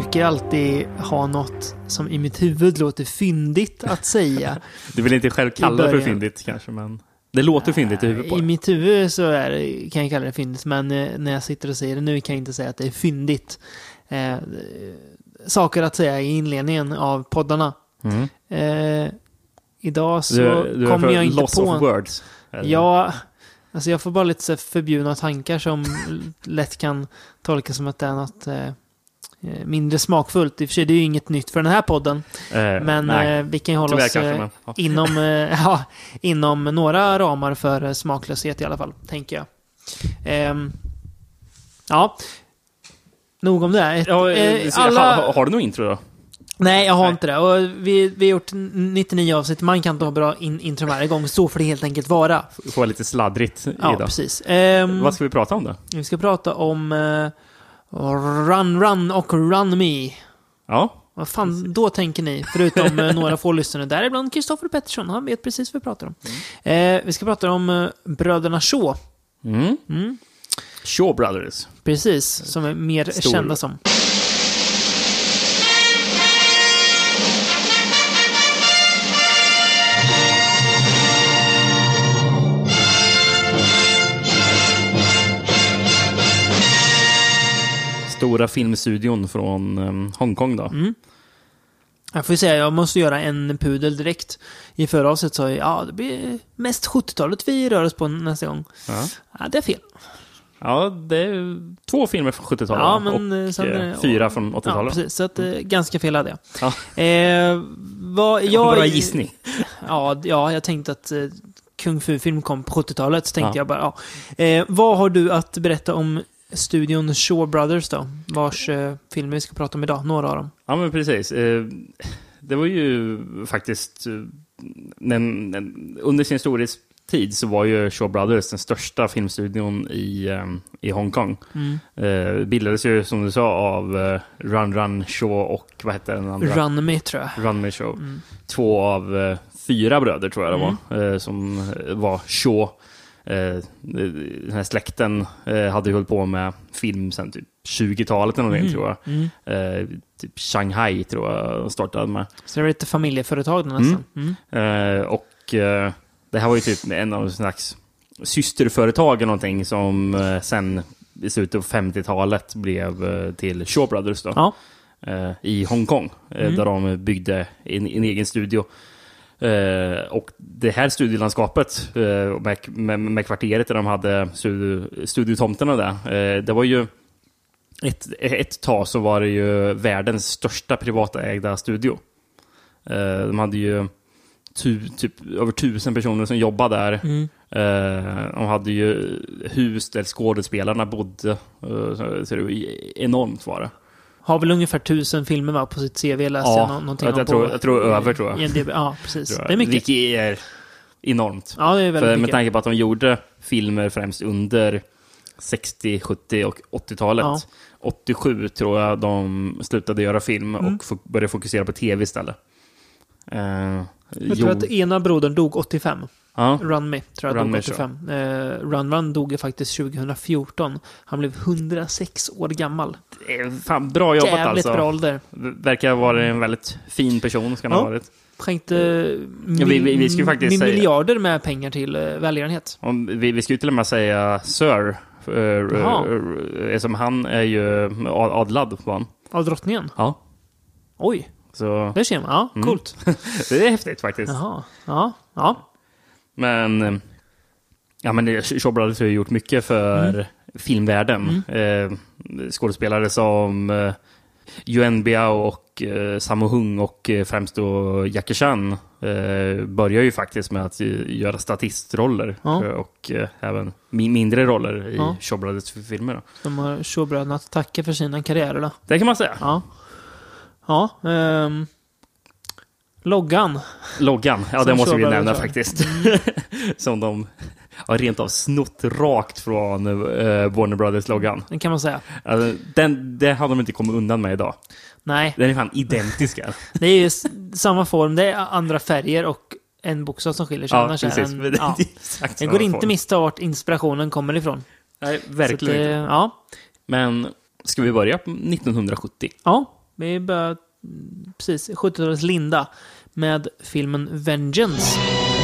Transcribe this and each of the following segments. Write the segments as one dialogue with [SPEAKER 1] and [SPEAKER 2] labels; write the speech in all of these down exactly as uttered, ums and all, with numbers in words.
[SPEAKER 1] brukar alltid ha något som i mitt huvud låter fyndigt att säga.
[SPEAKER 2] Du vill inte själv kalla det för fyndigt kanske, men det låter fyndigt i huvudet på
[SPEAKER 1] I
[SPEAKER 2] det.
[SPEAKER 1] mitt huvud så är det, kan jag kalla det fyndigt, men när jag sitter och säger det nu kan jag inte säga att det är fyndigt. Eh, saker att säga i inledningen av poddarna.
[SPEAKER 2] Mm.
[SPEAKER 1] Eh, idag så
[SPEAKER 2] du, du
[SPEAKER 1] kommer jag inte
[SPEAKER 2] loss
[SPEAKER 1] på...
[SPEAKER 2] of words. Eller?
[SPEAKER 1] Ja, alltså jag får bara lite så förbjudna tankar som lätt kan tolkas som att det är något eh, mindre smakfullt. I och för sig, det är ju inget nytt för den här podden. Eh, men eh, vi kan ju hålla oss eh, kanske, ja. inom, eh, ja, inom några ramar för eh, smaklöshet i alla fall, tänker jag. Eh, ja, nog om det. Ett,
[SPEAKER 2] ja, eh, alla... har, har du någon intro då?
[SPEAKER 1] Nej, jag har Nej. inte det. Och vi, vi har gjort nittionio avsnitt. Man kan inte ha bra in, intro varje gång. Så får det helt enkelt vara.
[SPEAKER 2] Få lite sladdrigt
[SPEAKER 1] ja,
[SPEAKER 2] idag.
[SPEAKER 1] Precis. Um,
[SPEAKER 2] Vad ska vi prata om då?
[SPEAKER 1] Vi ska prata om uh, Run Run och Run Me.
[SPEAKER 2] Ja.
[SPEAKER 1] Vad fan precis. Då tänker ni? Förutom uh, några få lyssnare. Däribland Kristoffer Pettersson. Han vet precis vad vi pratar om. Mm. Uh, vi ska prata om uh, bröderna Shaw.
[SPEAKER 2] Mm.
[SPEAKER 1] Mm.
[SPEAKER 2] Shaw Brothers.
[SPEAKER 1] Precis. Som är mer Stor. kända som.
[SPEAKER 2] Stora filmstudion från um, Hongkong då.
[SPEAKER 1] Mm. Jag får säga, jag måste göra en pudel direkt. I förra avsnitt sa jag, ja, det blir mest sjuttiotalet vi rör oss på nästa gång. Ja, ja det är fel.
[SPEAKER 2] Ja, det är två filmer från sjuttiotalet
[SPEAKER 1] ja, men,
[SPEAKER 2] och
[SPEAKER 1] sen,
[SPEAKER 2] eh, fyra från åttiotalet.
[SPEAKER 1] Ja, precis. Så att, mm. ganska fel hade jag.
[SPEAKER 2] Ja.
[SPEAKER 1] Eh, vad, jag
[SPEAKER 2] Bra gissning.
[SPEAKER 1] Ja, ja, jag tänkte att eh, Kung Fu-film kom på sjuttiotalet. Så tänkte ja. jag bara, ja. Eh, vad har du att berätta om studion Shaw Brothers då? Vars eh, filmer vi ska prata om idag. Några av dem.
[SPEAKER 2] Ja, men precis. Eh, det var ju faktiskt eh, en, en, under sin storhetstid så var ju Shaw Brothers den största filmstudion i, eh, i Hongkong. Mm. Eh, bildades ju som du sa av eh, Run Run Shaw och vad heter den andra?
[SPEAKER 1] Run Me tror jag.
[SPEAKER 2] Run Me Shaw. Mm. Två av eh, fyra bröder tror jag det var. Mm. Eh, som var Shaw. Eh, den här släkten eh, hade ju hållit på med film sen typ tjugotalet eller någonting mm. tror jag. Mm. Eh, typ Shanghai tror jag startade med. Så
[SPEAKER 1] det var lite familjeföretag nästan. Mm.
[SPEAKER 2] Mm. Eh, och eh, det här var ju typ en av slags systerföretag eller någonting som eh, sen i slutet av femtiotalet blev eh, till Shaw Brothers då. Ja. Eh, i Hongkong. Eh, mm. Där de byggde en, en egen studio. Uh, och det här studielandskapet uh, med, med, med kvarteret där de hade studio, studiotomterna där, uh, det var ju ett, ett tag så var det ju världens största privatägda studio. Uh, de hade ju tu, typ över tusen personer som jobbade där. Mm. Uh, de hade ju hus där skådespelarna bodde. Uh, så, så det var enormt var det.
[SPEAKER 1] Har väl ungefär tusen filmer va, på sitt C V, läste
[SPEAKER 2] ja,
[SPEAKER 1] jag nå- någonting
[SPEAKER 2] jag, jag, tror, jag tror över tror jag.
[SPEAKER 1] I en D B. Ja, precis.
[SPEAKER 2] Det
[SPEAKER 1] är mycket.
[SPEAKER 2] Vilket är enormt.
[SPEAKER 1] Ja, det är väldigt
[SPEAKER 2] För,
[SPEAKER 1] mycket.
[SPEAKER 2] med tanke på att de gjorde filmer främst under sextio, sjuttio och åttiotalet. Ja. åttiosju tror jag de slutade göra film mm. och f- började fokusera på tv istället. Uh,
[SPEAKER 1] jag jo. tror att ena brodern dog åttiofem. Ja. Run Me tror jag Run dog åttiofem. Uh, Run Run dog ju faktiskt tjugohundrafjorton. Han blev hundrasex år gammal.
[SPEAKER 2] Det är fan bra jobbat.
[SPEAKER 1] Jävligt
[SPEAKER 2] alltså.
[SPEAKER 1] bra ålder.
[SPEAKER 2] Verkar vara en väldigt fin person ska han ja. ha varit.
[SPEAKER 1] Skänkte
[SPEAKER 2] ja, vi, vi, vi faktiskt
[SPEAKER 1] med miljarder säga, med pengar till uh, välgörenhet.
[SPEAKER 2] Om, vi, vi ska ju till och med säga Sir. Uh, uh, som han är ju adlad på han.
[SPEAKER 1] Av drottningen?
[SPEAKER 2] Ja.
[SPEAKER 1] Oj.
[SPEAKER 2] Så,
[SPEAKER 1] det ser man. Ja, mm. coolt.
[SPEAKER 2] Det är häftigt faktiskt.
[SPEAKER 1] Jaha. Ja, ja.
[SPEAKER 2] Men ja, men Shaw Brothers har ju gjort mycket för mm. filmvärlden. Mm. Eh, skådespelare som eh, Yuen Biao och eh, Sammo Hung och eh, främst då Jackie Chan eh, börjar ju faktiskt med att göra statistroller ja. och eh, även mi- mindre roller i ja. Shaw Brothers filmer. Då.
[SPEAKER 1] De har Shaw Brothers att tacka för sina karriärer då.
[SPEAKER 2] Det kan man säga.
[SPEAKER 1] Ja. Ja, ehm Loggan.
[SPEAKER 2] Loggan, ja det måste vi nämna faktiskt. Mm. Som de har rent av snott rakt från uh, Warner Brothers-loggan.
[SPEAKER 1] Det kan man säga.
[SPEAKER 2] Alltså, den, det hade de inte kommit undan med idag.
[SPEAKER 1] Nej.
[SPEAKER 2] Den är fan identiska.
[SPEAKER 1] Det är ju s- samma form, det är andra färger och en bokstav som skiljer sig.
[SPEAKER 2] Ja, precis.
[SPEAKER 1] En,
[SPEAKER 2] det,
[SPEAKER 1] ja. det går inte form. Mista vart inspirationen kommer ifrån.
[SPEAKER 2] Nej, verkligen
[SPEAKER 1] det,
[SPEAKER 2] inte.
[SPEAKER 1] Ja.
[SPEAKER 2] Men ska vi börja på nittonhundrasjuttio?
[SPEAKER 1] Ja, vi börjar precis sjuttiotalets linda med filmen Vengeance.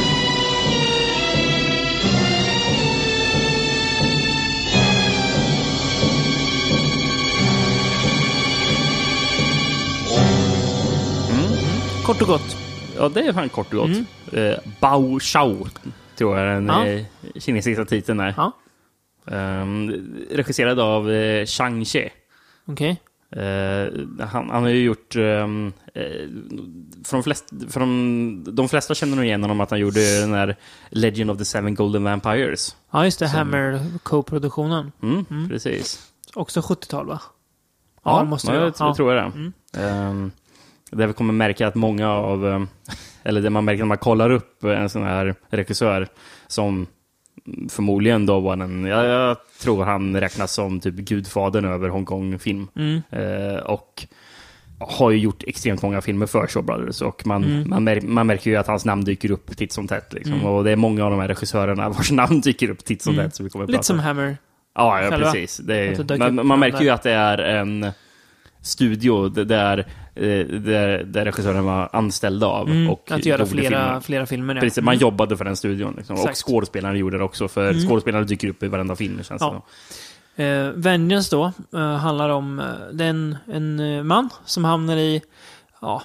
[SPEAKER 1] Kort och gott.
[SPEAKER 2] Ja, det är fan kort och gott. Mm. Eh, Bao Shao, tror jag den ja. eh, kinesiska titeln är. Ja. Um, regisserad av eh, Shang Che.
[SPEAKER 1] Okej.
[SPEAKER 2] Okay. Eh, han, han har ju gjort... Um, eh, från flest, från, de flesta känner nog igen honom att han gjorde den här Legend of the Seven Golden Vampires.
[SPEAKER 1] Ja, just det. Som, Hammer co-produktionen.
[SPEAKER 2] Mm, mm. Precis.
[SPEAKER 1] Också sjuttiotal, va?
[SPEAKER 2] Ja, ja måste jag, jag ja. tror jag det. Mm. Um, Där vi kommer märka att många av, eller det man märker när man kollar upp en sån här regissör som förmodligen då var en, jag, jag tror han räknas som typ gudfadern över Hongkong-film. Mm. Eh, och har ju gjort extremt många filmer för Shaw Brothers och man, mm. man, mär, man märker ju att hans namn dyker upp titt som tätt. Liksom. Mm. Och det är många av de här regissörerna vars namn dyker upp titt som mm. tätt. Så vi kommer
[SPEAKER 1] lite prata. Som Hammer.
[SPEAKER 2] Ja, ja precis. Det är, man, man märker ju att det är en studio där, där, där regissören var anställd av.
[SPEAKER 1] Mm,
[SPEAKER 2] och
[SPEAKER 1] att göra flera filmer. flera filmer. Ja.
[SPEAKER 2] Precis, man mm. jobbade för den studion. Liksom. Och skådespelarna gjorde det också, för mm. skådespelarna dyker upp i varenda film. Känns ja.
[SPEAKER 1] det uh, Vengeance då uh, handlar om uh, den, en uh, man som hamnar i ja,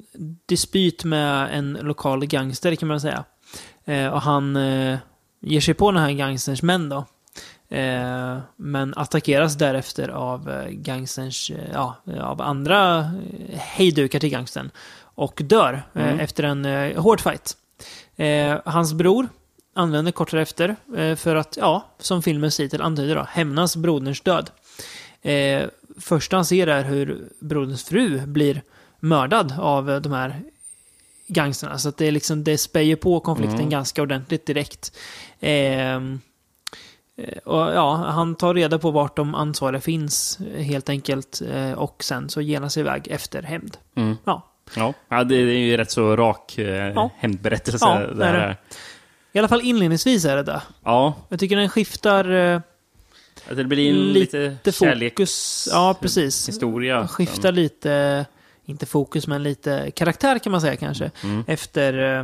[SPEAKER 1] dispyt med en lokal gangster, kan man säga. Uh, och han uh, ger sig på den här gangsters män då. Eh, men attackeras därefter av eh, gangsterns, eh, ja, av andra eh, hejdukar till gangstern och dör eh, mm. efter en eh, hård fight. Eh, hans bror använder kort därefter eh, för att, ja, som filmens titel antyder då, hämnas broderns död. Eh, först han ser är hur broderns fru blir mördad av eh, de här gangsterna, så att det, är liksom, det spär på konflikten mm. ganska ordentligt direkt. Eh, Och ja, han tar reda på vart de ansvariga finns helt enkelt, och sen så ger han sig iväg efter hämnd.
[SPEAKER 2] Mm. Ja. Ja, det är ju rätt så rak eh, ja. hämndberättelse.
[SPEAKER 1] Ja, det är det. I alla fall inledningsvis är det där.
[SPEAKER 2] Ja.
[SPEAKER 1] Jag tycker den skiftar eh,
[SPEAKER 2] alltså det blir lite, lite
[SPEAKER 1] fokus. Ja, precis.
[SPEAKER 2] Historia.
[SPEAKER 1] Skiftar mm. lite, inte fokus, men lite karaktär kan man säga kanske. Mm. Efter eh,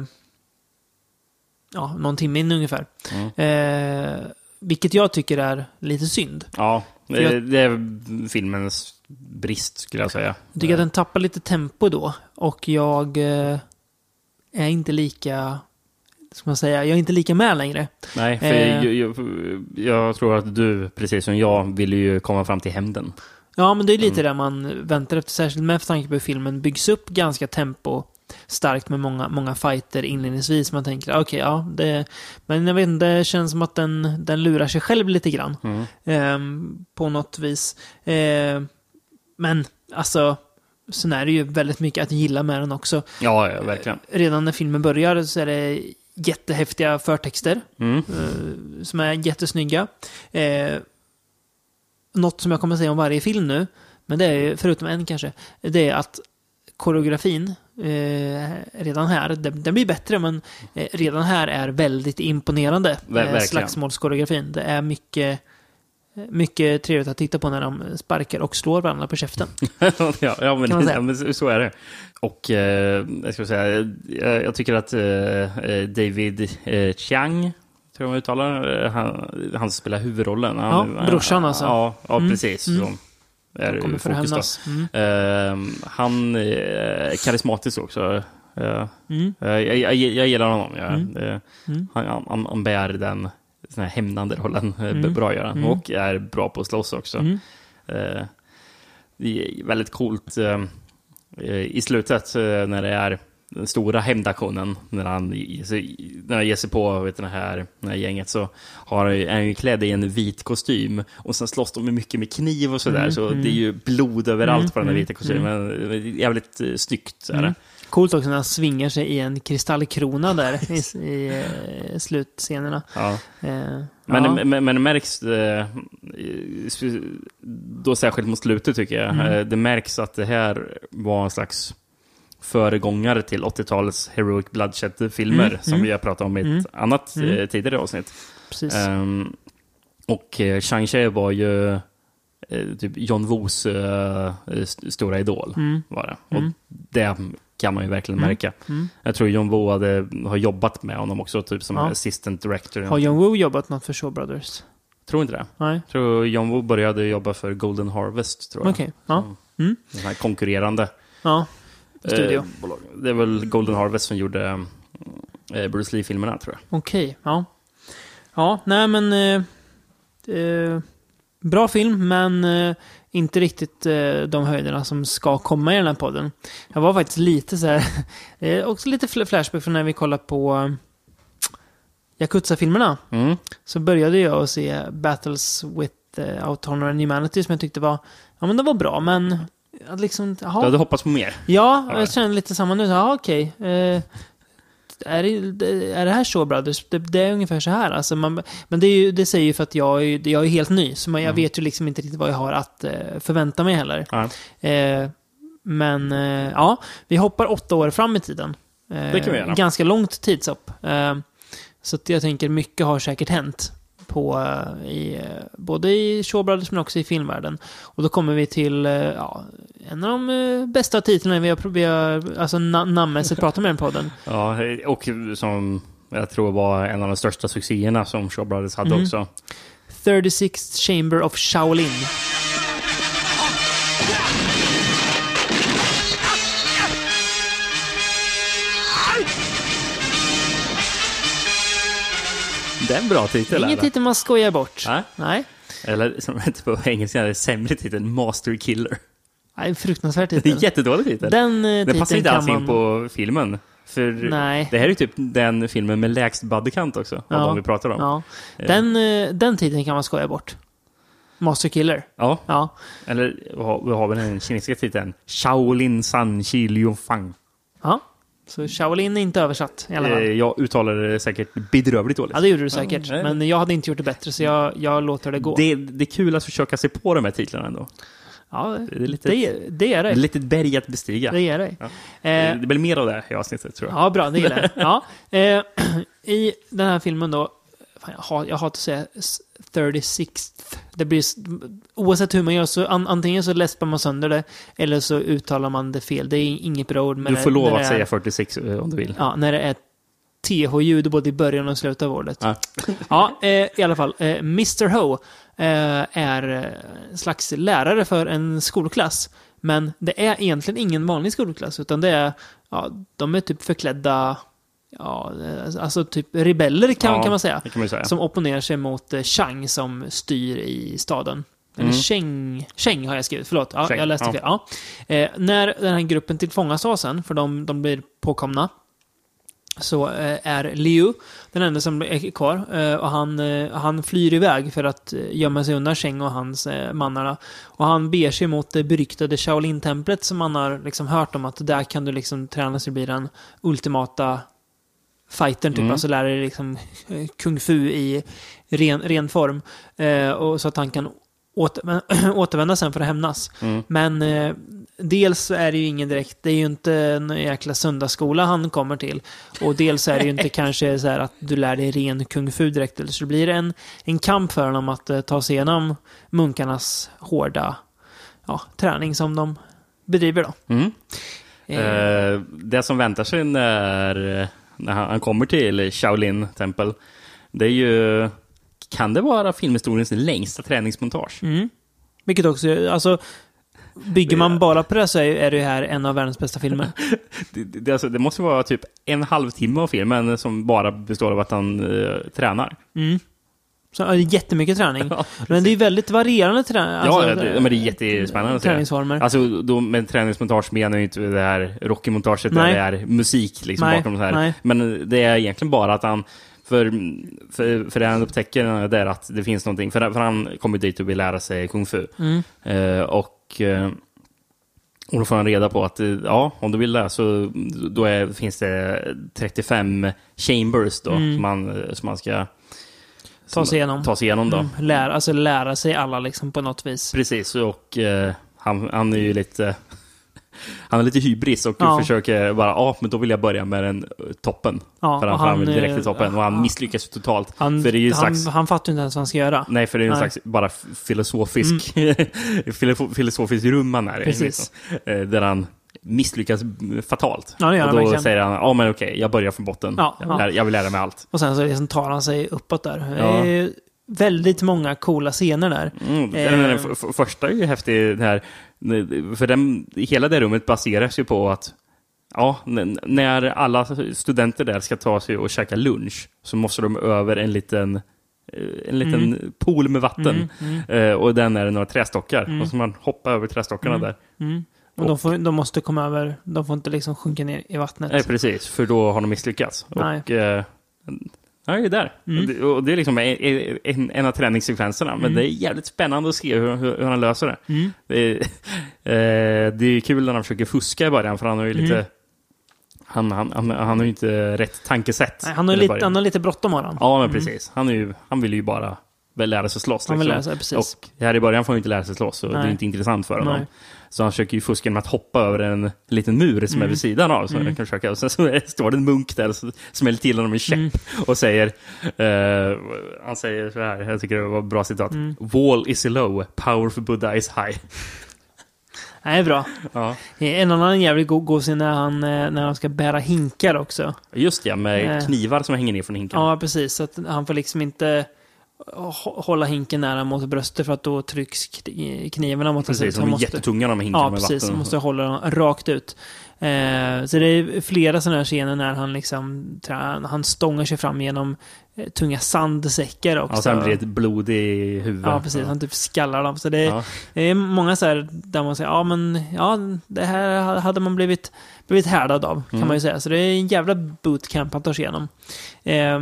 [SPEAKER 1] ja, någon timme in ungefär. Mm. Eh, Vilket jag tycker är lite synd.
[SPEAKER 2] Ja, det, jag, det är filmens brist, skulle jag säga.
[SPEAKER 1] Jag tycker att den tappar lite tempo då. Och jag eh, är inte lika... Ska man säga, jag är inte lika med längre.
[SPEAKER 2] Nej, för eh, jag, jag, jag tror att du, precis som jag, vill ju komma fram till hämnden.
[SPEAKER 1] Ja, men det är lite mm. där man väntar efter, särskilt med för tanke på hur filmen byggs upp ganska tempo starkt med många, många fighter inledningsvis. Man tänker, okej, okay, ja, det, men jag vet inte, det känns som att den, den lurar sig själv lite grann. Mm. Eh, på något vis. Eh, men, alltså, sen är det ju väldigt mycket att gilla med den också.
[SPEAKER 2] Ja, ja, verkligen.
[SPEAKER 1] Eh, redan när filmen börjar så är det jättehäftiga förtexter mm. eh, som är jättesnygga. Eh, något som jag kommer att säga om varje film nu, men det är, förutom en kanske, det är att koreografin eh, redan här, den, den blir bättre, men eh, redan här är väldigt imponerande. Eh, slagsmålskoreografin. Det är mycket mycket trevligt att titta på när de sparkar och slår varandra på käften.
[SPEAKER 2] ja, ja, men, ja, men så är det. Och eh, jag ska säga, jag, jag tycker att eh, David eh, Chiang, tror jag man uttalar, han, han spelar huvudrollen. Han,
[SPEAKER 1] ja, brorsan alltså.
[SPEAKER 2] Ja, ja mm. precis. Mm. Så.
[SPEAKER 1] Är kommer för hämnas.
[SPEAKER 2] Mm. Uh, han är karismatisk också. Uh, mm. uh, jag, jag, jag gillar honom. Jag, mm. uh, mm. Han, han, han bär den sån här hämnande rollen mm. bra gör han. Mm. Och är bra på att slåss också. Mm. Uh, det är väldigt coolt uh, i slutet uh, när det är den stora hämndaktionen, när han när han ger sig på vet, den här, den här gänget, så har, är han ju klädd i en vit kostym och sen slåss de mycket med kniv och sådär, mm, så mm. det är ju blod överallt mm, på den här vita kostymen. Mm. Jävligt uh, snyggt. Mm.
[SPEAKER 1] Coolt också när han svingar sig i en kristallkrona där i, i uh, slutscenerna. Ja. Uh,
[SPEAKER 2] men,
[SPEAKER 1] ja.
[SPEAKER 2] men, men det märks uh, då särskilt mot slutet tycker jag. Mm. Uh, det märks att det här var en slags föregångare till åttiotalets Heroic Bloodshed-filmer mm, som mm. vi har pratat om i ett mm. annat mm. tidigare avsnitt.
[SPEAKER 1] Precis.
[SPEAKER 2] Um, och Shang-Chi var ju typ John Woos uh, stora idol mm. var det. Och mm. det kan man ju verkligen mm. märka. Mm. Jag tror John Woo hade, har jobbat med honom också typ som ja. assistant director.
[SPEAKER 1] Har John Woo jobbat något för Shaw Brothers?
[SPEAKER 2] Tror inte det.
[SPEAKER 1] Nej.
[SPEAKER 2] Jag tror John Woo började jobba för Golden Harvest, tror jag.
[SPEAKER 1] Okej, okay. ja. Mm.
[SPEAKER 2] Den här konkurrerande
[SPEAKER 1] ja. studio.
[SPEAKER 2] Eh, det är väl Golden Harvest som gjorde eh, Bruce Lee-filmerna, tror jag.
[SPEAKER 1] Okej, okay. ja. Ja, nej men eh, eh, bra film, men eh, inte riktigt eh, de höjderna som ska komma i den här podden. Jag var faktiskt lite så här eh, också lite flashback från när vi kollade på eh, Yakuza-filmerna. Mm. Så började jag att se Battles with uh, Out Honor and Humanity som jag tyckte var, ja men det var bra, men att liksom, aha.
[SPEAKER 2] Du hade hoppats på mer.
[SPEAKER 1] Ja, ja. Jag kände lite samma nu. Ja, okej. Okay. Eh, är, det, är det här Shaw Brothers? Det, det är ungefär så här. Alltså man, men det, är ju, det säger ju för att jag är, jag är helt ny. Så man, jag mm. vet ju liksom inte riktigt vad jag har att eh, förvänta mig heller. Ja. Eh, men eh, ja, vi hoppar åtta år fram i tiden. Eh,
[SPEAKER 2] det kan vi göra.
[SPEAKER 1] Ganska långt tidshopp. Eh, så att jag tänker mycket har säkert hänt. På, i, både i Shaw Brothers men också i filmvärlden. Och då kommer vi till ja, en av de bästa titlarna vi har, vi har alltså namnmässigt pratat med den podden.
[SPEAKER 2] Ja, och som jag tror var en av de största succéerna som Shaw Brothers hade mm. också.
[SPEAKER 1] thirty-sixth Chamber of Shaolin.
[SPEAKER 2] Det är en bra titel.
[SPEAKER 1] Ingen titel man skojar bort.
[SPEAKER 2] Nej.
[SPEAKER 1] Nej.
[SPEAKER 2] Eller som heter på engelska, är det sämre titel, Master Killer.
[SPEAKER 1] Nej, fruktansvärt titel.
[SPEAKER 2] Det är en jättedålig titel.
[SPEAKER 1] Den, uh,
[SPEAKER 2] den passar inte alls
[SPEAKER 1] man...
[SPEAKER 2] in på filmen. För
[SPEAKER 1] Nej.
[SPEAKER 2] Det här är typ den filmen med lägst bodycount också. Ja. Av de vi pratar om.
[SPEAKER 1] Ja. Den, uh, den titeln kan man skoja bort. Master Killer.
[SPEAKER 2] Ja.
[SPEAKER 1] ja.
[SPEAKER 2] Eller vi har väl den kinesiska titeln. Shaolin San Chi Liu Fang.
[SPEAKER 1] Ja. Så Shaolin är inte översatt i alla fall.
[SPEAKER 2] Jag uttalar det säkert bedrövligt dåligt.
[SPEAKER 1] Ja, det gjorde du säkert. Ja, men jag hade inte gjort det bättre, så jag, jag låter det gå.
[SPEAKER 2] Det, det är kul att försöka se på de här titlarna ändå.
[SPEAKER 1] Ja, det är, litet, det, det är det.
[SPEAKER 2] Ett litet berg att bestiga.
[SPEAKER 1] Det är det.
[SPEAKER 2] Ja. Eh, det blir mer av det i avsnittet, tror jag.
[SPEAKER 1] Ja, bra. Det gillar jag. Ja. Eh, I den här filmen då, fan, jag, har, jag har att säga thirty-sixth. Det blir, oavsett hur man gör så an, antingen så läspar man sönder det eller så uttalar man det fel. Det är inget bra ord.
[SPEAKER 2] Du får lov att säga fyrtiosex om du vill.
[SPEAKER 1] Ja, när det är T H-ljud både i början och slutet av ordet. Ja, ja eh, i alla fall. Eh, mister Ho eh, är en slags lärare för en skolklass. Men det är egentligen ingen vanlig skolklass, utan det är, ja, de är typ förklädda... Ja, alltså typ rebeller kan, ja, kan, man säga,
[SPEAKER 2] kan man säga.
[SPEAKER 1] Som opponerar sig mot eh, Chang som styr i staden. Eller mm. Cheng, Cheng har jag skrivit, förlåt. Ja, Cheng, jag läste fel. Ja. Ja. Eh, när den här gruppen tillfångas sen, för de, de blir påkomna, så eh, är Liu den enda som är kvar. Eh, och han, eh, han flyr iväg för att eh, gömma sig undan Cheng och hans eh, mannarna. Och han ber sig mot det beryktade Shaolin-templet som man har liksom hört om, att där kan du liksom träna sig bli den ultimata fightern typ, mm. alltså lära dig liksom kung fu i ren, ren form, eh, och så att han kan åter, återvända sen för att hämnas. Mm. Men eh, dels så är det ju ingen direkt, det är ju inte en jäkla söndagsskola han kommer till, och dels är det ju inte kanske så här att du lär dig ren kung fu direkt, eller så det blir en, en kamp för honom att eh, ta sig igenom munkarnas hårda ja, träning som de bedriver då.
[SPEAKER 2] Mm. Eh. Eh, det som väntar sig när när han kommer till Shaolin Temple, det är ju, kan det vara filmhistoriens längsta träningsmontage?
[SPEAKER 1] Mm. Vilket också, alltså bygger man bara på det så är det här en av världens bästa filmer.
[SPEAKER 2] det, det, alltså, det måste vara typ en halvtimme av filmen som bara består av att han uh, tränar.
[SPEAKER 1] Mm. Så är det jättemycket träning. Ja, men det är väldigt varierande träning. Alltså,
[SPEAKER 2] ja, det, men det är jättespännande.
[SPEAKER 1] Träningsformer.
[SPEAKER 2] Alltså, då, med träningsmontage menar ju inte det här Rocky-montaget där det är musik liksom
[SPEAKER 1] nej,
[SPEAKER 2] bakom det här.
[SPEAKER 1] Nej.
[SPEAKER 2] Men det är egentligen bara att han, för, för, för det han upptäcker där att det finns någonting. För, för han kommer dit och vill lära sig kung fu. Mm. Uh, och... Uh, Och då får han reda på att ja, om du vill det så då är, finns det trettiofem chambers då, mm. som, man, som man ska
[SPEAKER 1] ta sig igenom.
[SPEAKER 2] Ta sig igenom då.
[SPEAKER 1] Mm. Lära, alltså lära sig alla liksom på något vis.
[SPEAKER 2] Precis, och eh, han, han är ju lite han är lite hybris och ja. försöker bara, ja, men då vill jag börja med den toppen. Ja, för han, han vill direkt till toppen. Och han ja. misslyckas totalt.
[SPEAKER 1] Han,
[SPEAKER 2] för det är ju
[SPEAKER 1] han,
[SPEAKER 2] slags,
[SPEAKER 1] han fattar inte ens vad han ska göra.
[SPEAKER 2] Nej, för det är ju en slags bara filosofisk mm. filosofisk rum han är. Liksom, där han misslyckas fatalt.
[SPEAKER 1] Ja, det gör
[SPEAKER 2] och då
[SPEAKER 1] verkligen.
[SPEAKER 2] säger han, ja men okej, jag börjar från botten. Ja, jag, vill lära, jag vill lära mig allt.
[SPEAKER 1] Och sen så liksom tar han sig uppåt där. Ja. Det är väldigt många coola scener där.
[SPEAKER 2] Mm. Eh. Den för, första är ju häftig, det här, för den, hela det rummet baseras ju på att ja, när alla studenter där ska ta sig och käka lunch så måste de över en liten en liten mm. pool med vatten. Mm, mm. Och den är några trästockar. Mm. Och så man hoppar över trästockarna mm. där.
[SPEAKER 1] Mm. Och, och de, får, de måste komma över, de får inte liksom sjunka ner i vattnet.
[SPEAKER 2] Nej, precis. För då har de misslyckats.
[SPEAKER 1] Nej.
[SPEAKER 2] Och eh, ja, det är där. Mm. Och, det, och det är liksom en, en, en av träningssekvenserna. Mm. Men det är jävligt spännande att se hur, hur, hur han löser det. Mm. Det, är, eh, det är kul när han försöker fuska i början. För han har ju lite... Mm. Han, han, han, han har ju inte rätt tankesätt.
[SPEAKER 1] Nej, han, har lite, han har lite bråttom har han.
[SPEAKER 2] Ja, men mm. precis. Han, är ju, han vill ju bara lära sig slåss.
[SPEAKER 1] Han vill
[SPEAKER 2] liksom.
[SPEAKER 1] lära sig, precis.
[SPEAKER 2] Och här i början får han inte lära sig slåss. Och det är inte intressant för honom. Nej. Så han försöker ju fuska med att hoppa över en liten mur som mm. är vid sidan av. Så mm. jag kan försöka. Och sen så står det en munk där som smäller till honom i käpp. Mm. Och säger... Uh, han säger så här, jag tycker det var ett bra citat. Mm. Wall is low, power for Buddha is high.
[SPEAKER 1] Nej, bra.
[SPEAKER 2] Ja.
[SPEAKER 1] En annan jävligt god, god scen när han, när han ska bära hinkar också.
[SPEAKER 2] Just det, med eh. knivar som hänger ner från hinken.
[SPEAKER 1] Ja, precis. Så att han får liksom inte hålla hinken nära mot bröstet för att då trycks knivarna mot
[SPEAKER 2] precis,
[SPEAKER 1] sig.
[SPEAKER 2] De är måste, jättetunga de hinkarna
[SPEAKER 1] ja,
[SPEAKER 2] med
[SPEAKER 1] precis,
[SPEAKER 2] vatten.
[SPEAKER 1] Ja, måste hålla dem rakt ut. Eh, så det är flera sådana här scener när han liksom han stångar sig fram genom eh, tunga sandsäckar också.
[SPEAKER 2] Ja, sen blir det ett blod i huvudet.
[SPEAKER 1] Ja, precis.
[SPEAKER 2] Ja.
[SPEAKER 1] Han typ skallar dem. Så det är,
[SPEAKER 2] ja.
[SPEAKER 1] det är många så här där man säger, ja men ja, det här hade man blivit blivit härdad av, kan mm. man ju säga. Så det är en jävla bootcamp att ta sig igenom. Eh,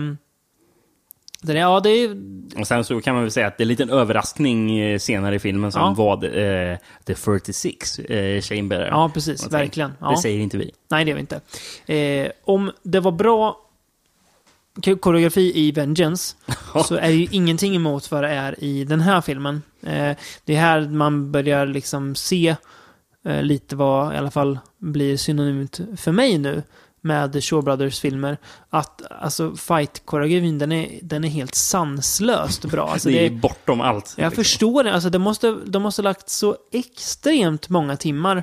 [SPEAKER 1] Det, ja, det är...
[SPEAKER 2] Och sen så kan man väl säga att det är en liten överraskning senare i filmen som ja. var eh, The fyrtiosex eh, Chamber.
[SPEAKER 1] Ja, precis. Verkligen. Ja.
[SPEAKER 2] Det säger inte vi.
[SPEAKER 1] Nej, det gör vi inte. Eh, om det var bra koreografi i Vengeance så är det ju ingenting emot vad det är i den här filmen. Eh, det är här man börjar liksom se eh, lite vad i alla fall blir synonymt för mig nu med Shaw Brothers filmer, att alltså fight-koreografin, den är, den är helt sanslöst bra. Alltså,
[SPEAKER 2] det är
[SPEAKER 1] det,
[SPEAKER 2] bortom allt.
[SPEAKER 1] Jag liksom. förstår det. Alltså, det måste, de måste ha lagt så extremt många timmar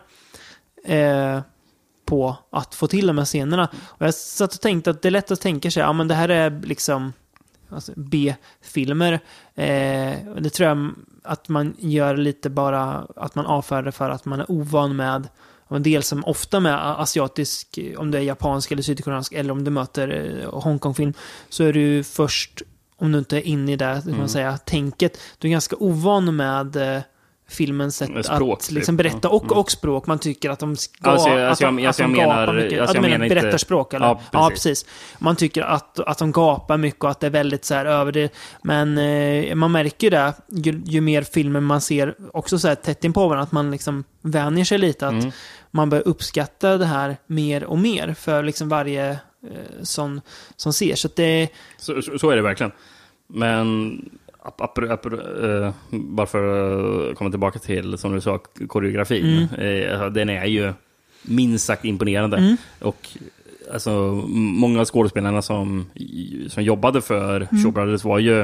[SPEAKER 1] eh, på att få till de här scenerna. Och jag satt och tänkte att det är lätt att tänka sig, ja men det här är liksom alltså B-filmer. Eh, det tror jag att man gör lite bara att man avfärdar för att man är ovan med en del som ofta med asiatisk, om det är japansk eller sydkoreansk eller om du möter Hongkong-film, så är du först, om du inte är inne i det, kan man säga, tänket, du är ganska ovan med eh, filmens sätt språk, att liksom berätta och, mm. och språk. Man tycker att de ska
[SPEAKER 2] alltså, jag, alltså, jag, alltså, jag menar,
[SPEAKER 1] mycket.
[SPEAKER 2] Alltså,
[SPEAKER 1] jag
[SPEAKER 2] menar
[SPEAKER 1] menar
[SPEAKER 2] inte...
[SPEAKER 1] berättarspråk eller? Ja precis. ja, precis. Man tycker att, att de gapar mycket och att det är väldigt så här över det. Men eh, man märker ju det ju, ju mer filmer man ser också så här tätt in på varandra, att man liksom vänjer sig lite, att mm. man börjar uppskatta det här mer och mer för liksom varje eh, sån som ser. Så, att det...
[SPEAKER 2] så, så, så är det verkligen. Men Ap, ap, ap, uh, bara för att komma tillbaka till, som du sa, koreografin. Mm. Uh, den är ju minst sagt imponerande. Mm. Och alltså, många av skådespelarna som, som jobbade för mm. Shaw Brothers var ju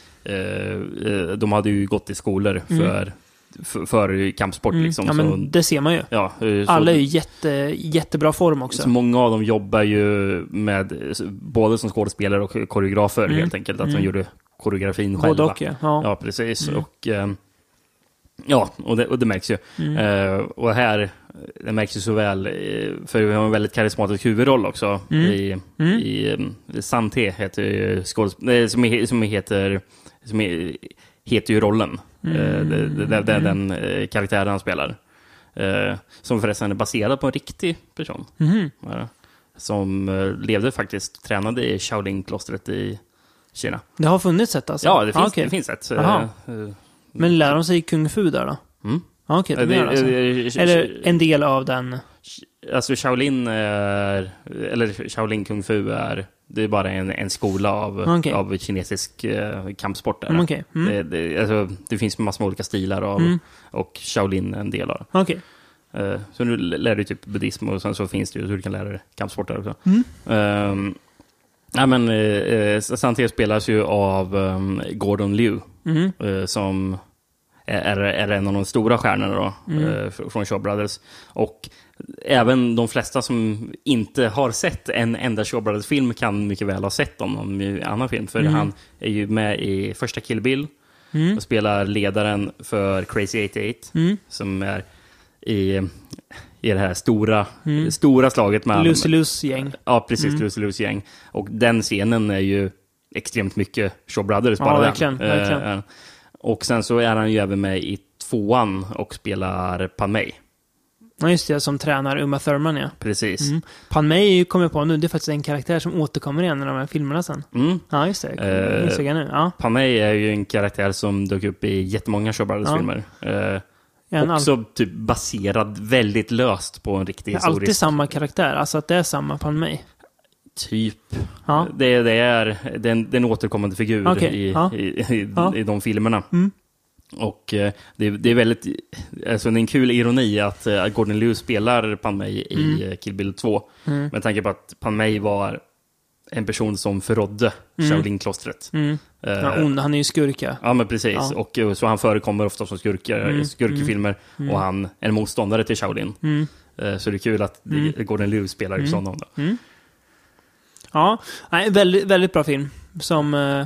[SPEAKER 2] uh, de hade ju gått i skolor för, mm. för, för kampsport. Mm. Liksom.
[SPEAKER 1] Ja, men så, det ser man ju.
[SPEAKER 2] Ja, uh,
[SPEAKER 1] alla är ju jätte, jättebra form också.
[SPEAKER 2] Så många av dem jobbar ju med både som skådespelare och koreografer mm. helt enkelt. Att mm. de gjorde koreografin själva.
[SPEAKER 1] Och, ja.
[SPEAKER 2] ja, precis. Mm. Och eh, ja, och det, och det märks ju. Mm. Eh, och här, det märks ju så väl, för vi har en väldigt karismatisk huvudroll också. Mm. I, mm. i Santé heter ju skådespelare, som, är, som heter som är, heter ju rollen. Mm. Eh, det, det, det, den eh, karaktären han spelar. Eh, som förresten är baserad på en riktig person. Mm. Ja, som eh, levde faktiskt, tränade i Shaolin-klostret i Kina. Det
[SPEAKER 1] har funnits ett alltså?
[SPEAKER 2] Ja, det finns,
[SPEAKER 1] ah, okay.
[SPEAKER 2] det finns ett.
[SPEAKER 1] Men lär de sig kung fu där då?
[SPEAKER 2] Mm.
[SPEAKER 1] Ah, okej, okay, det, alltså. Eller en del av den...
[SPEAKER 2] Alltså Shaolin är, eller Shaolin kung fu är, det är bara en, en skola av, okay. av kinesisk eh, kampsport där.
[SPEAKER 1] Mm, okay. mm.
[SPEAKER 2] det, det, alltså, det finns massor med olika stilar av, mm. och Shaolin är en del av det.
[SPEAKER 1] Okej.
[SPEAKER 2] Uh, så nu lär du typ buddhism och sen så finns det ju så du kan lära dig kampsporter också.
[SPEAKER 1] Mm.
[SPEAKER 2] Um, ja, men uh, Santé spelas ju av um, Gordon Liu
[SPEAKER 1] Mm.
[SPEAKER 2] uh, som är, är en av de stora stjärnorna då, mm. uh, från Shaw Brothers. Och även de flesta som inte har sett en enda Shaw Brothers-film kan mycket väl ha sett honom i en annan film. För mm. han är ju med i första Kill Bill mm. och spelar ledaren för Crazy åttioåtta mm. som är i, i det här stora, mm. stora slaget med
[SPEAKER 1] Lucy-Lucy-gäng.
[SPEAKER 2] Ja, precis, mm. Lucy-Lucy-gäng. Och den scenen är ju extremt mycket Shaw Brothers. Bara
[SPEAKER 1] ja, verkligen, verkligen.
[SPEAKER 2] Uh, och sen så är han ju även med i tvåan och spelar Padmé.
[SPEAKER 1] Ja, just det, som tränar Uma Thurman, ja.
[SPEAKER 2] Precis.
[SPEAKER 1] Mm. Padmé kommer på nu, det är faktiskt en karaktär som återkommer igen i de här filmerna sen. Mm. Ja, just det. Jag uh, nu. Ja.
[SPEAKER 2] Padmé är ju en karaktär som dök upp i jättemånga Shaw Brothers-filmer. Ja. Uh, En också all... typ baserad väldigt löst på en riktig historisk...
[SPEAKER 1] Alltid samma karaktär, alltså att det är samma på mig.
[SPEAKER 2] Typ. Ja. Det, det, är, det, är en, det är en återkommande figur
[SPEAKER 1] okay.
[SPEAKER 2] i,
[SPEAKER 1] ja.
[SPEAKER 2] i, i,
[SPEAKER 1] ja.
[SPEAKER 2] i de filmerna.
[SPEAKER 1] Mm.
[SPEAKER 2] Och eh, det, det är väldigt... Alltså det är en kul ironi att eh, Gordon Liu spelar Padmé i mm. Kill Bill två. Mm. Med tanke på att Padmé var en person som förrådde mm. Shaolin-klostret.
[SPEAKER 1] Mm. Ja, ond, han är ju skurka.
[SPEAKER 2] Ja, men precis. Ja. Och så han förekommer ofta som skurka, mm. skurkefilmer. Mm. Och han är en motståndare till Shaolin. Mm. Så det är kul att mm. Gordon Liu spelar mm. honom då.
[SPEAKER 1] Mm. Ja, nej, väldigt, väldigt bra film. Som uh,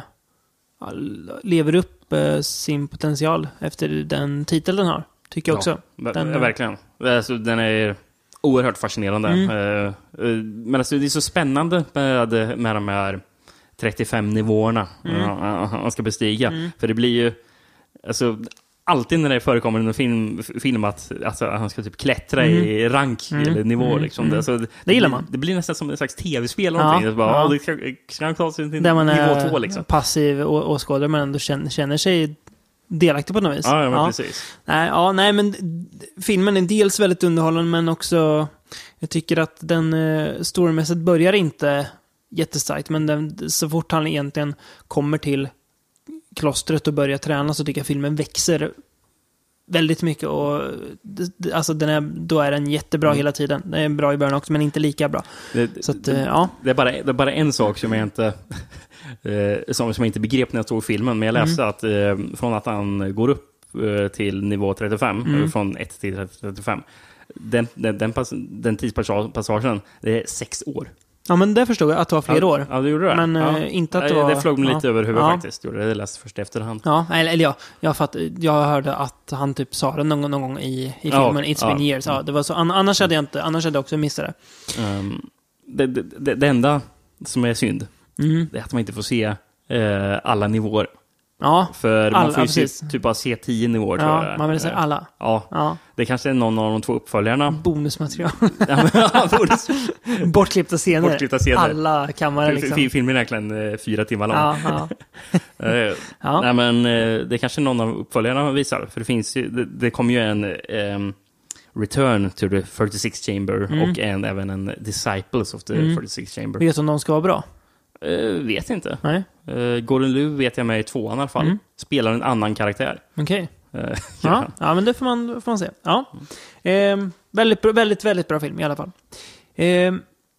[SPEAKER 1] lever upp uh, sin potential efter den titeln den har. Tycker jag också.
[SPEAKER 2] Ja,
[SPEAKER 1] den,
[SPEAKER 2] ja, verkligen. Alltså, den är oerhört fascinerande. Mm. Uh, uh, men alltså, det är så spännande med, med de här trettiofem nivåerna mm. han ska bestiga. Mm. För det blir ju... Alltså, alltid när det förekommer en film, film att alltså, han ska typ klättra mm. i rank mm. eller nivå. Mm. Liksom.
[SPEAKER 1] Mm.
[SPEAKER 2] Alltså, det,
[SPEAKER 1] det gillar man.
[SPEAKER 2] Det blir nästan som en slags tv-spel. Eller ja, bara, ja. Det ska, ska han klara sig till
[SPEAKER 1] där man
[SPEAKER 2] nivå
[SPEAKER 1] är
[SPEAKER 2] två. Liksom.
[SPEAKER 1] Passiv och åskådare men ändå känner, känner sig delaktig på något vis.
[SPEAKER 2] Ja, ja, men ja. Precis.
[SPEAKER 1] Nej, ja, nej, men filmen är dels väldigt underhållande men också jag tycker att den uh, storymässigt börjar inte jättestarkt men den, så fort han egentligen kommer till klostret och börjar träna så tycker jag filmen växer väldigt mycket och alltså den är, då är den jättebra mm. hela tiden. Den är bra i början också men inte lika bra.
[SPEAKER 2] Det,
[SPEAKER 1] så att,
[SPEAKER 2] det,
[SPEAKER 1] ja.
[SPEAKER 2] det, är bara, det är bara en sak som jag inte eh, som, som jag inte begrep när jag såg filmen men jag läste mm. att eh, från att han går upp eh, till nivå trettiofem mm. från ett till trettiofem den, den, den, pass, den tidspassagen det är sex år.
[SPEAKER 1] Ja, men det förstod jag att det var fler
[SPEAKER 2] ja,
[SPEAKER 1] år.
[SPEAKER 2] Ja, det gjorde det.
[SPEAKER 1] Men
[SPEAKER 2] ja.
[SPEAKER 1] äh, inte att det var...
[SPEAKER 2] Det flög mig
[SPEAKER 1] ja.
[SPEAKER 2] lite över huvudet
[SPEAKER 1] ja.
[SPEAKER 2] faktiskt. Det det läste först efterhand.
[SPEAKER 1] Ja, eller, eller ja, jag, fatt, jag hörde att han typ sa det någon, någon gång i, i filmen ja, It's ja. been years. Ja, det var så, annars hade jag inte, annars hade jag också missat det.
[SPEAKER 2] Um, det, det, det. Det enda som är synd mm. det är att man inte får se uh, alla nivåer.
[SPEAKER 1] Ja,
[SPEAKER 2] för
[SPEAKER 1] alla,
[SPEAKER 2] man får ju
[SPEAKER 1] ja,
[SPEAKER 2] se, typ bara se tio nivåer
[SPEAKER 1] ja,
[SPEAKER 2] tror jag.
[SPEAKER 1] Man vill se alla.
[SPEAKER 2] Ja. ja. Det kanske är någon av de två uppföljarna.
[SPEAKER 1] Bonusmaterial.
[SPEAKER 2] ja, bonus.
[SPEAKER 1] Bortklippta scener.
[SPEAKER 2] Bortklippta scener.
[SPEAKER 1] Alla kammare liksom.
[SPEAKER 2] Filmen är egentligen eh, fyra timmar lång.
[SPEAKER 1] Ja, ja.
[SPEAKER 2] ja. Nej, men eh, det kanske någon av uppföljarna visar. För det finns ju, det, det kommer ju en um, Return to the fyrtiosex Chamber mm. och en, även en Disciples of the mm. fyrtiosex Chamber.
[SPEAKER 1] Vet du om de ska vara bra?
[SPEAKER 2] Uh, vet inte.
[SPEAKER 1] Nej.
[SPEAKER 2] Uh, Gordon Liu vet jag med i tvåan i alla fall. Mm. Spelar en annan karaktär.
[SPEAKER 1] Okej. Okay. Uh, ja. ja, men det får man, får man se. Ja. Mm. Eh, väldigt, väldigt, väldigt bra film i alla fall. Eh,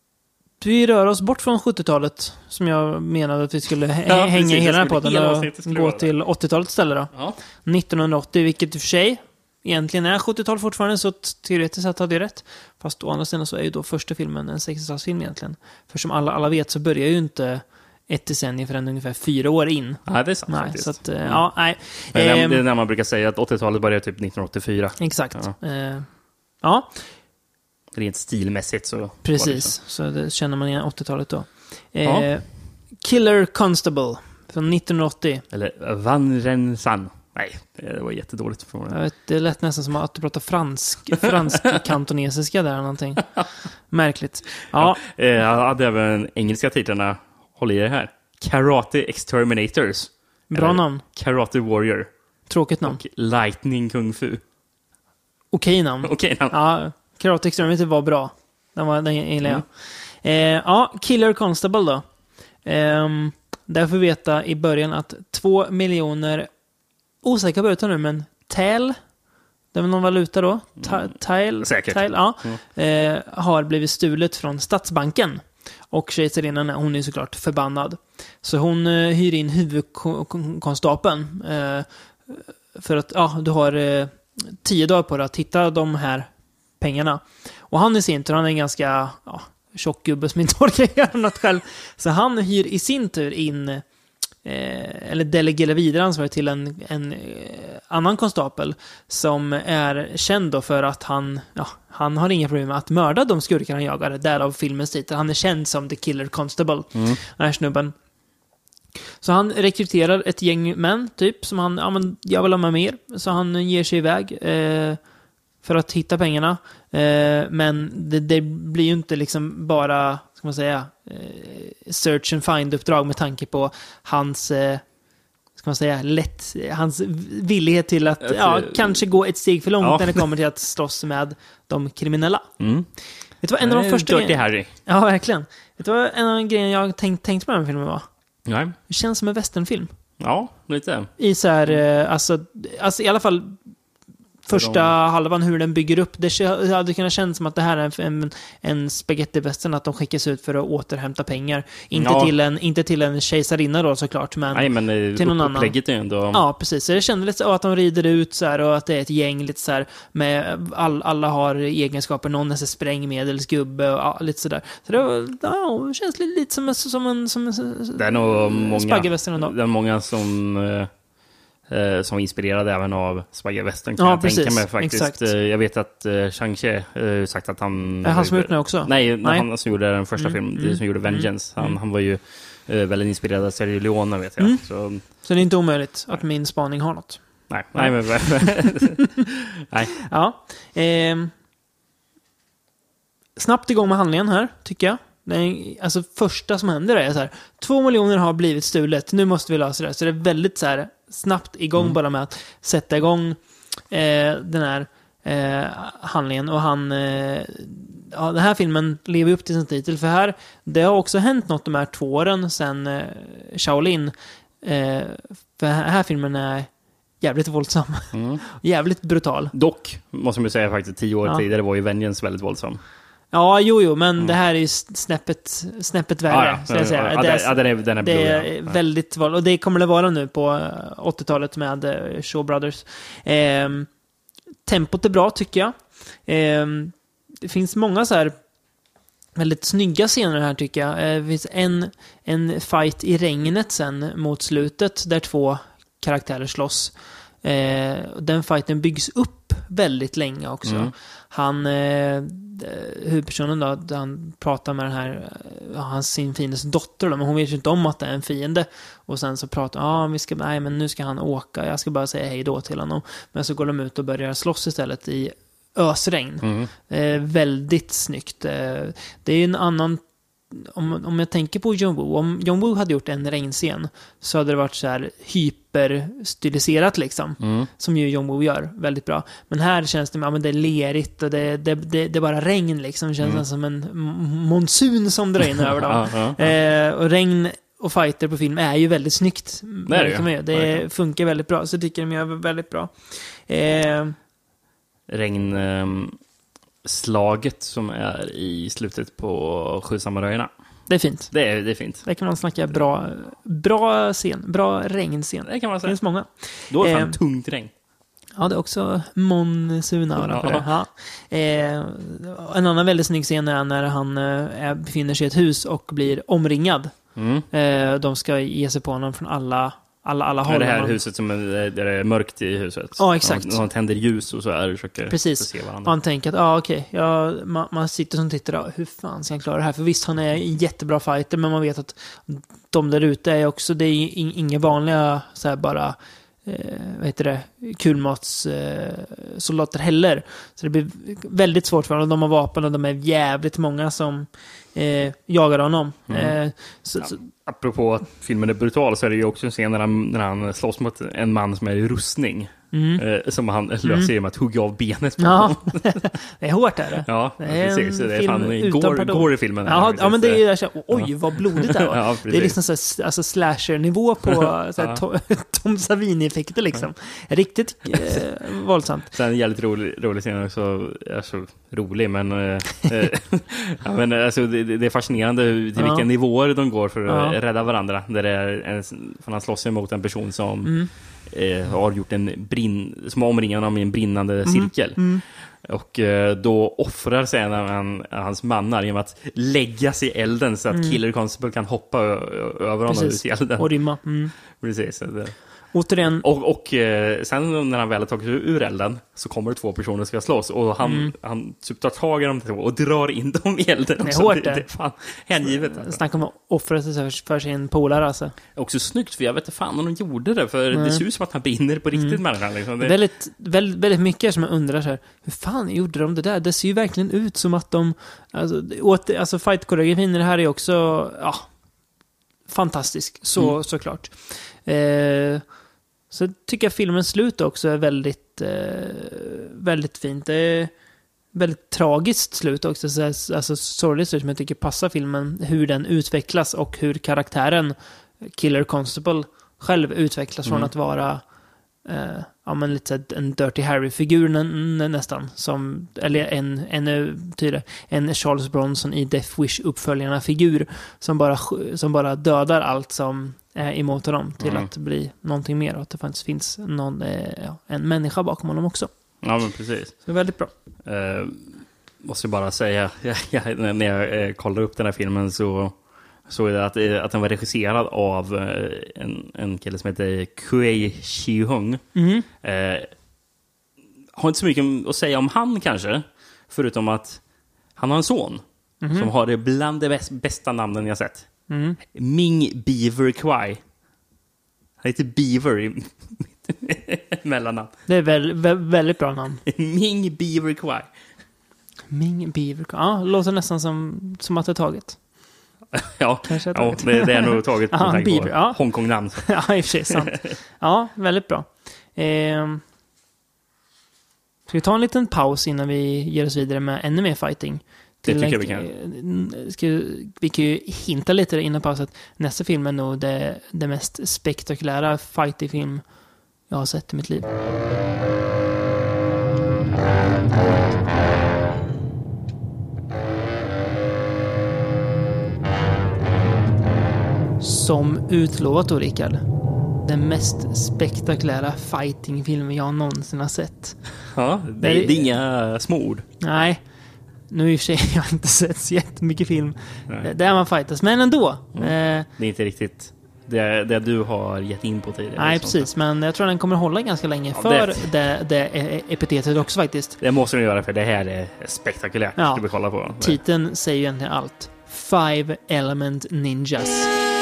[SPEAKER 1] vi rör oss bort från sjuttiotalet som jag menade att vi skulle h- ja, hänga precis, i hela den här podden och gå till åttiotalet istället då. Ja. nittonhundraåttio, vilket i och för sig egentligen är sjuttiotal fortfarande, så teoretiskt sett hade det rätt. Fast å andra sidan så är ju då första filmen en sextiotalsfilm egentligen. För som alla, alla vet så börjar ju inte ett decennium förrän ungefär fyra år in.
[SPEAKER 2] Ja, det är sant
[SPEAKER 1] nej,
[SPEAKER 2] faktiskt.
[SPEAKER 1] Så att, mm. ja, nej.
[SPEAKER 2] Det är, det är när man brukar säga att åttiotalet börjar typ nittonhundraåttiofyra.
[SPEAKER 1] Exakt. Ja. Eh, ja.
[SPEAKER 2] Rent stilmässigt så...
[SPEAKER 1] Precis, så. så det känner man igen åttiotalet då. Eh, ja. Killer Constable från nittonhundraåttio.
[SPEAKER 2] Eller Van Rensan. Nej, det var jättedåligt för mig.
[SPEAKER 1] Jag vet, det lät nästan som att du pratar fransk, fransk kantonesiska där eller någonting. Märkligt. Ja.
[SPEAKER 2] Ja, jag hade även engelska titlarna. Håll i det här. Karate Exterminators.
[SPEAKER 1] Bra namn.
[SPEAKER 2] Karate Warrior.
[SPEAKER 1] Tråkigt namn.
[SPEAKER 2] Och Lightning Kung Fu.
[SPEAKER 1] Okej namn.
[SPEAKER 2] Okej namn.
[SPEAKER 1] Ja, Karate Exterminator var bra. Den var den gillar jag. Mm. Eh, ja, Killer Constable då. Eh, där får vi veta i början att två miljoner, osäker på utan nu, men Tal det är väl någon valuta då, Tile,
[SPEAKER 2] Säkert.
[SPEAKER 1] Tile ja,
[SPEAKER 2] mm.
[SPEAKER 1] eh, har blivit stulet från Stadsbanken. Och kejsarinnan, hon är såklart förbannad. Så hon eh, hyr in huvudkonstapeln eh, för att ja, du har eh, tio dagar på dig att hitta de här pengarna. Och han i sin tur, han är en ganska ja, tjock gubbe som inte orkar göra något själv. Så han hyr i sin tur in eh, eller delegerar vidare ansvaret till en, en eh, annan konstapel som är känd då för att han, ja, han har inga problem med att mörda de skurkar han jagar. Därav filmens titel. Han är känd som The Killer Constable. Mm. Den här snubben. Så han rekryterar ett gäng män, typ, som han, ja men jag vill ha med mer. Så han ger sig iväg eh, för att hitta pengarna. Eh, men det, det blir ju inte liksom bara, ska man säga, eh, search and find-uppdrag med tanke på hans, eh, ska man säga, lätt, hans villighet till att, ja, kanske gå ett steg för långt ja. när det kommer till att slåss med de kriminella.
[SPEAKER 2] Mm.
[SPEAKER 1] Vet du vad en av de första
[SPEAKER 2] grejerna... Harry.
[SPEAKER 1] Ja, verkligen. Vet du vad en av de grejerna jag tänkt, tänkt på den filmen var?
[SPEAKER 2] Nej.
[SPEAKER 1] Det känns som en westernfilm.
[SPEAKER 2] Ja, lite.
[SPEAKER 1] I så här, eh, alltså, alltså i alla fall första de... halvan, hur den bygger upp. Det hade kunnat kännas som att det här är en, en spaghetti-western, att de skickas ut för att återhämta pengar. Inte, ja. till, en, inte till en kejsarinna då såklart, men,
[SPEAKER 2] Nej, men
[SPEAKER 1] till någon annan.
[SPEAKER 2] Är ändå...
[SPEAKER 1] Ja, precis. Så jag kände lite så att de rider ut så här, och att det är ett gäng lite så här, med all, alla har egenskaper. Någon är så sprängmedelsgubbe och ja, lite sådär. Så det, var, ja, det känns lite, lite som, som en som
[SPEAKER 2] det är nog många,
[SPEAKER 1] det
[SPEAKER 2] är många som... Uh... som inspirerade även av Spaghetti Western, kan ja, jag precis. tänka mig faktiskt. Exakt. Jag vet att uh, Shang-Chi uh, sagt att han...
[SPEAKER 1] Är han som gjort det också?
[SPEAKER 2] Nej, Nej. han som gjorde den första mm. filmen, mm. som gjorde Vengeance. Han, mm. han var ju uh, väldigt inspirerad av Sergio Leone, vet jag.
[SPEAKER 1] Mm.
[SPEAKER 2] Så,
[SPEAKER 1] så det är inte omöjligt att min spaning har något?
[SPEAKER 2] Nej, Nej, men... Nej.
[SPEAKER 1] Ja. Eh, snabbt igång med handlingen här, tycker jag. Nej, alltså första som händer är så här, två miljoner har blivit stulet, nu måste vi lösa det. Så det är väldigt så här snabbt igång mm. bara med att sätta igång eh, den här eh, handlingen. Och han eh, ja, den här filmen lever upp till sin titel, för här, det har också hänt något de här två åren sedan eh, Shaolin. Eh, för den här filmen är jävligt våldsam. Mm. Jävligt brutal.
[SPEAKER 2] Dock, måste man säga faktiskt, tio år ja. tidigare var ju Vengeance väldigt våldsam.
[SPEAKER 1] Ja, jo, jo, men mm. det här är ju snäppet, snäppet värre, ah, ja. ska jag säga.
[SPEAKER 2] Ja, det, ja, den är, den är
[SPEAKER 1] det
[SPEAKER 2] blod,
[SPEAKER 1] är
[SPEAKER 2] ja.
[SPEAKER 1] väldigt våld, och det kommer det vara nu på åttiotalet med uh, Shaw Brothers. Eh, tempot är bra, tycker jag. Eh, det finns många så här väldigt snygga scener här, tycker jag. Eh, det finns en, en fight i regnet sen mot slutet, där två karaktärer slåss. Eh, den fighten byggs upp väldigt länge också. Mm. Han... Eh, huvudpersonen då, han pratar med den här hans sin fiendes dotter då, men hon vet ju inte om att det är en fiende, och sen så pratar ja ah, vi ska nej men nu ska han åka, jag ska bara säga hej då till honom, men så går de ut och börjar slåss istället i ösregn. Mm. Eh, väldigt snyggt. Eh, det är en annan, om, om jag tänker på John Woo, om John Woo hade gjort en regnscen så hade det varit så här hyperstiliserat liksom, mm. som ju John Woo gör väldigt bra. Men här känns det, ja, men det är lerigt och det, det, det, det är bara regn liksom, det känns mm. som en monsun som drar in över dem. ja, ja, ja. Eh, och regn och fighter på film är ju väldigt snyggt. Det, är det, det funkar väldigt bra, så jag tycker de gör väldigt bra. Eh,
[SPEAKER 2] regn... Um... slaget som är i slutet på Sju samurajerna.
[SPEAKER 1] Det är fint.
[SPEAKER 2] Det är, det är fint.
[SPEAKER 1] Det kan man snacka bra, bra scen, bra regnscen.
[SPEAKER 2] Det kan man säga.
[SPEAKER 1] Det finns många.
[SPEAKER 2] Då är det fan eh, tungt regn.
[SPEAKER 1] Ja, det är också Monsuna. Ja. Ja. Eh, en annan väldigt snygg scen är när han eh, befinner sig i ett hus och blir omringad. Mm. Eh, de ska ge sig på honom från alla Alla, alla håll.
[SPEAKER 2] Det här man... huset som är, där det är mörkt i huset.
[SPEAKER 1] Ja, exakt.
[SPEAKER 2] Man, man tänder ljus och så här. Försöker
[SPEAKER 1] Precis.
[SPEAKER 2] se varandra.
[SPEAKER 1] Man tänker att, ja ah, okej. Okay. Ja, man, man sitter som tittar då, hur fan ska han klara det här? För visst, han är en jättebra fighter, men man vet att de där ute är också, det är inga vanliga så här bara, eh, vad heter det, kulmatssoldater eh, heller. Så det blir väldigt svårt för dem. De har vapen och de är jävligt många som eh, jagar honom.
[SPEAKER 2] Mm.
[SPEAKER 1] Eh, så,
[SPEAKER 2] ja.
[SPEAKER 1] så,
[SPEAKER 2] Apropå att filmen är brutal så är det ju också en scen när han, när han slåss mot en man som är i rustning. Mm. Eh, som han löser mm. genom att hugga av benet på
[SPEAKER 1] ja.
[SPEAKER 2] honom.
[SPEAKER 1] Det är hårt är det.
[SPEAKER 2] Ja,
[SPEAKER 1] det är
[SPEAKER 2] precis. Det är fan går, går i filmen.
[SPEAKER 1] Ja, ja men det är så, oj vad blodigt det var. Ja, det är liksom så alltså slasher-nivå på så här, Tom, Tom Savini-effekter liksom. Riktigt eh, våldsamt.
[SPEAKER 2] Sen en jävligt rolig, rolig scen också. Alltså, rolig, men, eh, ja, men alltså, det, det är fascinerande till ja. vilka nivåer de går för att ja. rädda varandra. Där det är en, för han slåss emot en person som mm. eh, har gjort en brinn, som omringar honom i en brinnande mm. cirkel. Mm. Och eh, då offrar sig en av han, hans mannar genom att lägga sig i elden så att mm. Killer Constable kan hoppa ö- över honom ut i elden.
[SPEAKER 1] Och rymma. Mm.
[SPEAKER 2] Precis. Det.
[SPEAKER 1] Återigen.
[SPEAKER 2] Och, och eh, sen när han väl har tagit ur elden så kommer det två personer som ska slåss och han, mm. han typ tar tag i dem och drar in dem i elden.
[SPEAKER 1] Det är hårt det.
[SPEAKER 2] Det, det är fan hängivet.
[SPEAKER 1] Alltså. Snacka om att offra sig för sin polare alltså.
[SPEAKER 2] Också snyggt, för jag vet inte fan om de gjorde det, för mm. det ser ut som att han brinner på riktigt mm. med den här. Liksom. Det...
[SPEAKER 1] Väldigt, väldigt, väldigt mycket som jag undrar så här, hur fan gjorde de det där? Det ser ju verkligen ut som att de alltså, åt, alltså fight-koreografin i det här är också ja, fantastisk, så, mm. såklart. Eh, så tycker jag filmens slut också är väldigt eh, väldigt fint. Det är väldigt tragiskt slut också, så, alltså sorgligt slut som jag tycker passar filmen, hur den utvecklas och hur karaktären Killer Constable själv utvecklas mm. från att vara eh, ja, men lite en Dirty Harry-figur nä, nästan, som, eller en, en, tydlig, en Charles Bronson i Death Wish-uppföljarna-figur som bara, som bara dödar allt som är emot honom till mm. att bli någonting mer, och att det faktiskt finns någon, eh, ja, en människa bakom honom också.
[SPEAKER 2] Ja, men precis.
[SPEAKER 1] Det är väldigt bra.
[SPEAKER 2] Uh, måste bara säga, jag, jag, när jag eh, kollar upp den här filmen så såg jag att, eh, att den var regisserad av eh, en, en kille som heter Kuei Chi-hung. Mm. Eh, har inte så mycket att säga om han kanske, förutom att han har en son mm. som har det bland de bäst, bästa namnen jag sett. Mm. Ming Beaver Kwai. Han heter Beaver i mellannamn.
[SPEAKER 1] Det är väl, vä- väldigt bra namn.
[SPEAKER 2] Ming Beaver Kwai.
[SPEAKER 1] Ming Beaver Kwai. Ja, låter nästan som, som att det är taget.
[SPEAKER 2] Ja, ja det, det är nog taget
[SPEAKER 1] Aha,
[SPEAKER 2] på
[SPEAKER 1] Beaver, ja.
[SPEAKER 2] Hongkong-namn.
[SPEAKER 1] Ja, i och för sig, sant. Ja, väldigt bra. Eh, ska vi ta en liten paus innan vi ger oss vidare med ännu mer fighting?
[SPEAKER 2] Det tycker jag vi kan.
[SPEAKER 1] Ska, vi kan ju hinta lite innan paus att nästa film är nog det, det mest spektakulära fighting-film jag har sett i mitt liv. Som utlovat då, Rickard. Den mest spektakulära fighting-filmen jag någonsin har sett.
[SPEAKER 2] Ja, det, det är inga småord.
[SPEAKER 1] Nej. Nu i och för sig jag har inte sett så jättemycket film Nej. där man fightas, men ändå.
[SPEAKER 2] Mm. Eh, det är inte riktigt det, det du har gett in på tidigare.
[SPEAKER 1] Nej, precis. Men jag tror den kommer hålla ganska länge ja, för det, det, det epitetet också faktiskt.
[SPEAKER 2] Det måste den göra, för det här är spektakulärt. Ja. Ska vi kolla på.
[SPEAKER 1] Titeln säger ju egentligen allt. Five Element Ninjas.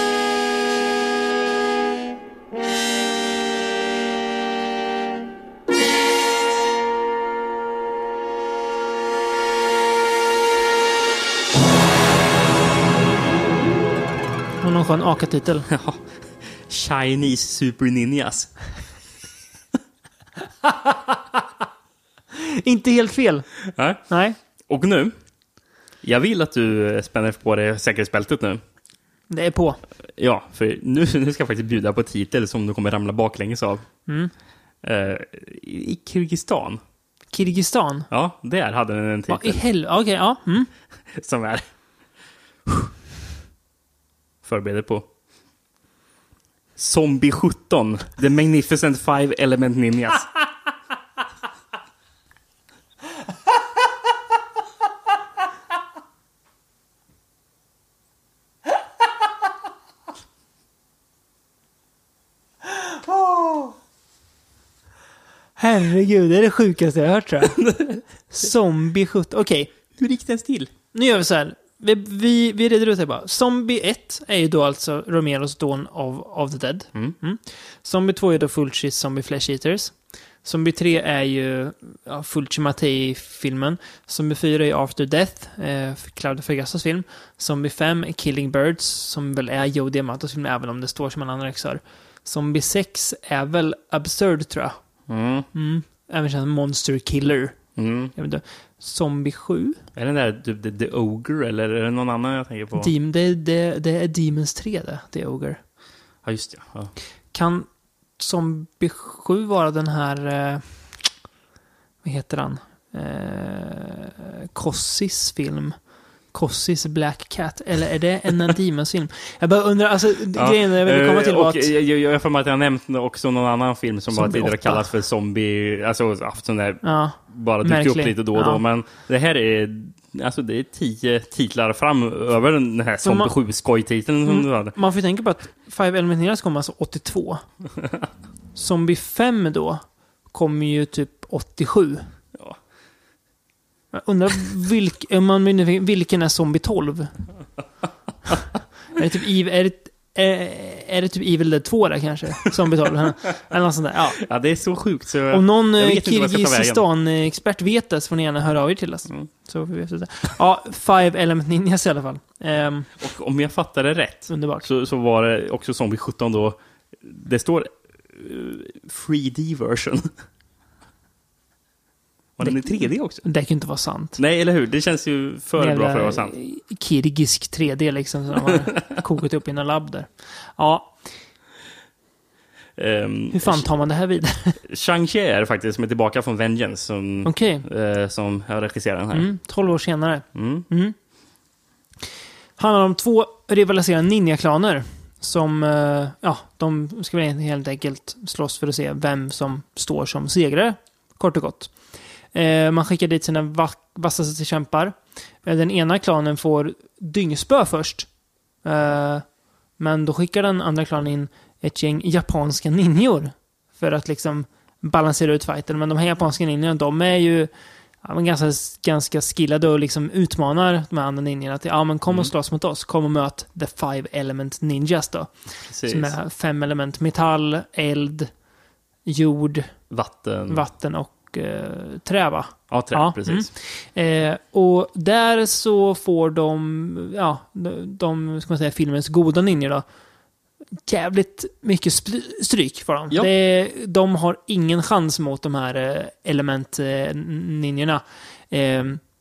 [SPEAKER 1] Någon skön A K-titel.
[SPEAKER 2] Ja. Chinese Super Ninjas.
[SPEAKER 1] Inte helt fel.
[SPEAKER 2] Nej.
[SPEAKER 1] Nej.
[SPEAKER 2] Och nu, jag vill att du spänner på det säkerhetsbältet nu.
[SPEAKER 1] Det är på.
[SPEAKER 2] Ja, för nu, nu ska jag faktiskt bjuda på titel som du kommer ramla baklänges av. Mm. Uh, I Kyrgyzstan.
[SPEAKER 1] Kyrgyzstan?
[SPEAKER 2] Ja, där hade den en titel.
[SPEAKER 1] Ja, i helvete. Okej, okay, ja. Mm.
[SPEAKER 2] Som är... förbereder på Zombie sjutton, The Magnificent Five Element Ninjas.
[SPEAKER 1] oh. Herregud, det är det sjukaste jag har hört, tror jag. Zombie sjutton, okej. Okay.
[SPEAKER 2] Hur gick det till?
[SPEAKER 1] Nu gör vi så här. Vi, vi, vi reder ut det bara. Zombie ett är ju då alltså Romeros Dawn of, of the Dead. Mm. Mm. Zombie två är då Fulcis Zombie Flesh Eaters. Zombie tre är ju ja, Fulci Mattei-filmen. Zombie fyra är After Death, eh, Claudio Fragassas film. Zombie fem är Killing Birds, som väl är Joe D'Amatos film, även om det står som en annan regissör. Zombie sex är väl Absurd, tror jag.
[SPEAKER 2] Mm.
[SPEAKER 1] Mm. Även känd Monster Killer.
[SPEAKER 2] Mm.
[SPEAKER 1] Jag vet inte. Zombie sju.
[SPEAKER 2] Är det där the, the, the Ogre, eller är det någon annan jag tänker på?
[SPEAKER 1] Dem, det, det, det är Demons tre, det. Det är Ogre.
[SPEAKER 2] Ja, just det. Ja.
[SPEAKER 1] Kan Zombie sju vara den här... Eh, vad heter han? Eh, Kossis film. Kossis Black Cat. Eller är det en Demons film? Jag bara undrar, alltså ja, grejen jag vill komma till var att...
[SPEAKER 2] Jag, jag, jag får med att jag nämnt också någon annan film som bara tidigare kallas för Zombie... Alltså haft sån där... Ja, bara dykt upp lite då och då. Ja. Men det här är... Alltså det är tio titlar fram över den här Zombie sju-skoj-titeln som du hade.
[SPEAKER 1] Man får tänka på att Five Element Ninjas kom alltså åttiotvå. Zombie fem då kommer ju typ åttiosju. Ja. Jag undrar vilk, man, vilken är Zombie tolv? Är det typ Evil, är det, är, är det typ Evil Dead två där kanske? Zombie tolv? Eller något sånt där. Ja.
[SPEAKER 2] Ja, det är så sjukt. Så
[SPEAKER 1] om någon Kirgizistan-expert vet det så får ni gärna höra av er till oss. Mm. Så vi vet det. Ja, Five Element Ninjas i alla fall. Um,
[SPEAKER 2] och om jag fattar det rätt underbart. Så, så var det också Zombie sjutton då. Det står uh, three D-version. Var det, den i tre D också?
[SPEAKER 1] Det kan inte vara sant.
[SPEAKER 2] Nej, eller hur? Det känns ju för bra för att vara sant.
[SPEAKER 1] Kirgisk tre D liksom, så de har kokat upp i en labb där. Ja. Um, Hur fan tar man det här vidare?
[SPEAKER 2] Shang-Chi är faktiskt som är tillbaka från Vengeance som,
[SPEAKER 1] okay.
[SPEAKER 2] uh, som har regisserat den här.
[SPEAKER 1] Mm, tolv år senare.
[SPEAKER 2] Mm.
[SPEAKER 1] Mm. Handlar om två rivaliserande ninja-klaner som, uh, ja, de ska väl helt enkelt slåss för att se vem som står som segrare, kort och gott. Uh, man skickar dit sina va- vassaste kämpar. Uh, den ena klanen får dyngspö först. Uh, men då skickar den andra klanen in ett gäng japanska ninjor för att liksom balansera ut fighten. Men de här japanska ninjorna, de är ju ja, ganska, ganska skillade och liksom utmanar de här andra ninjorna till, ja men kom och slåss mot oss, kom och möt the five element ninjas då.
[SPEAKER 2] Precis.
[SPEAKER 1] Som är fem element, metall, eld, jord,
[SPEAKER 2] vatten,
[SPEAKER 1] vatten och eh, trä, va?
[SPEAKER 2] Ja, trä, ja, precis.
[SPEAKER 1] Mm. Eh, och där så får de, ja, de, de ska man säga, filmens goda ninjor då, jävligt mycket stryk för dem. Ja. Det, de har ingen chans mot de här element-ninjorna. Eh,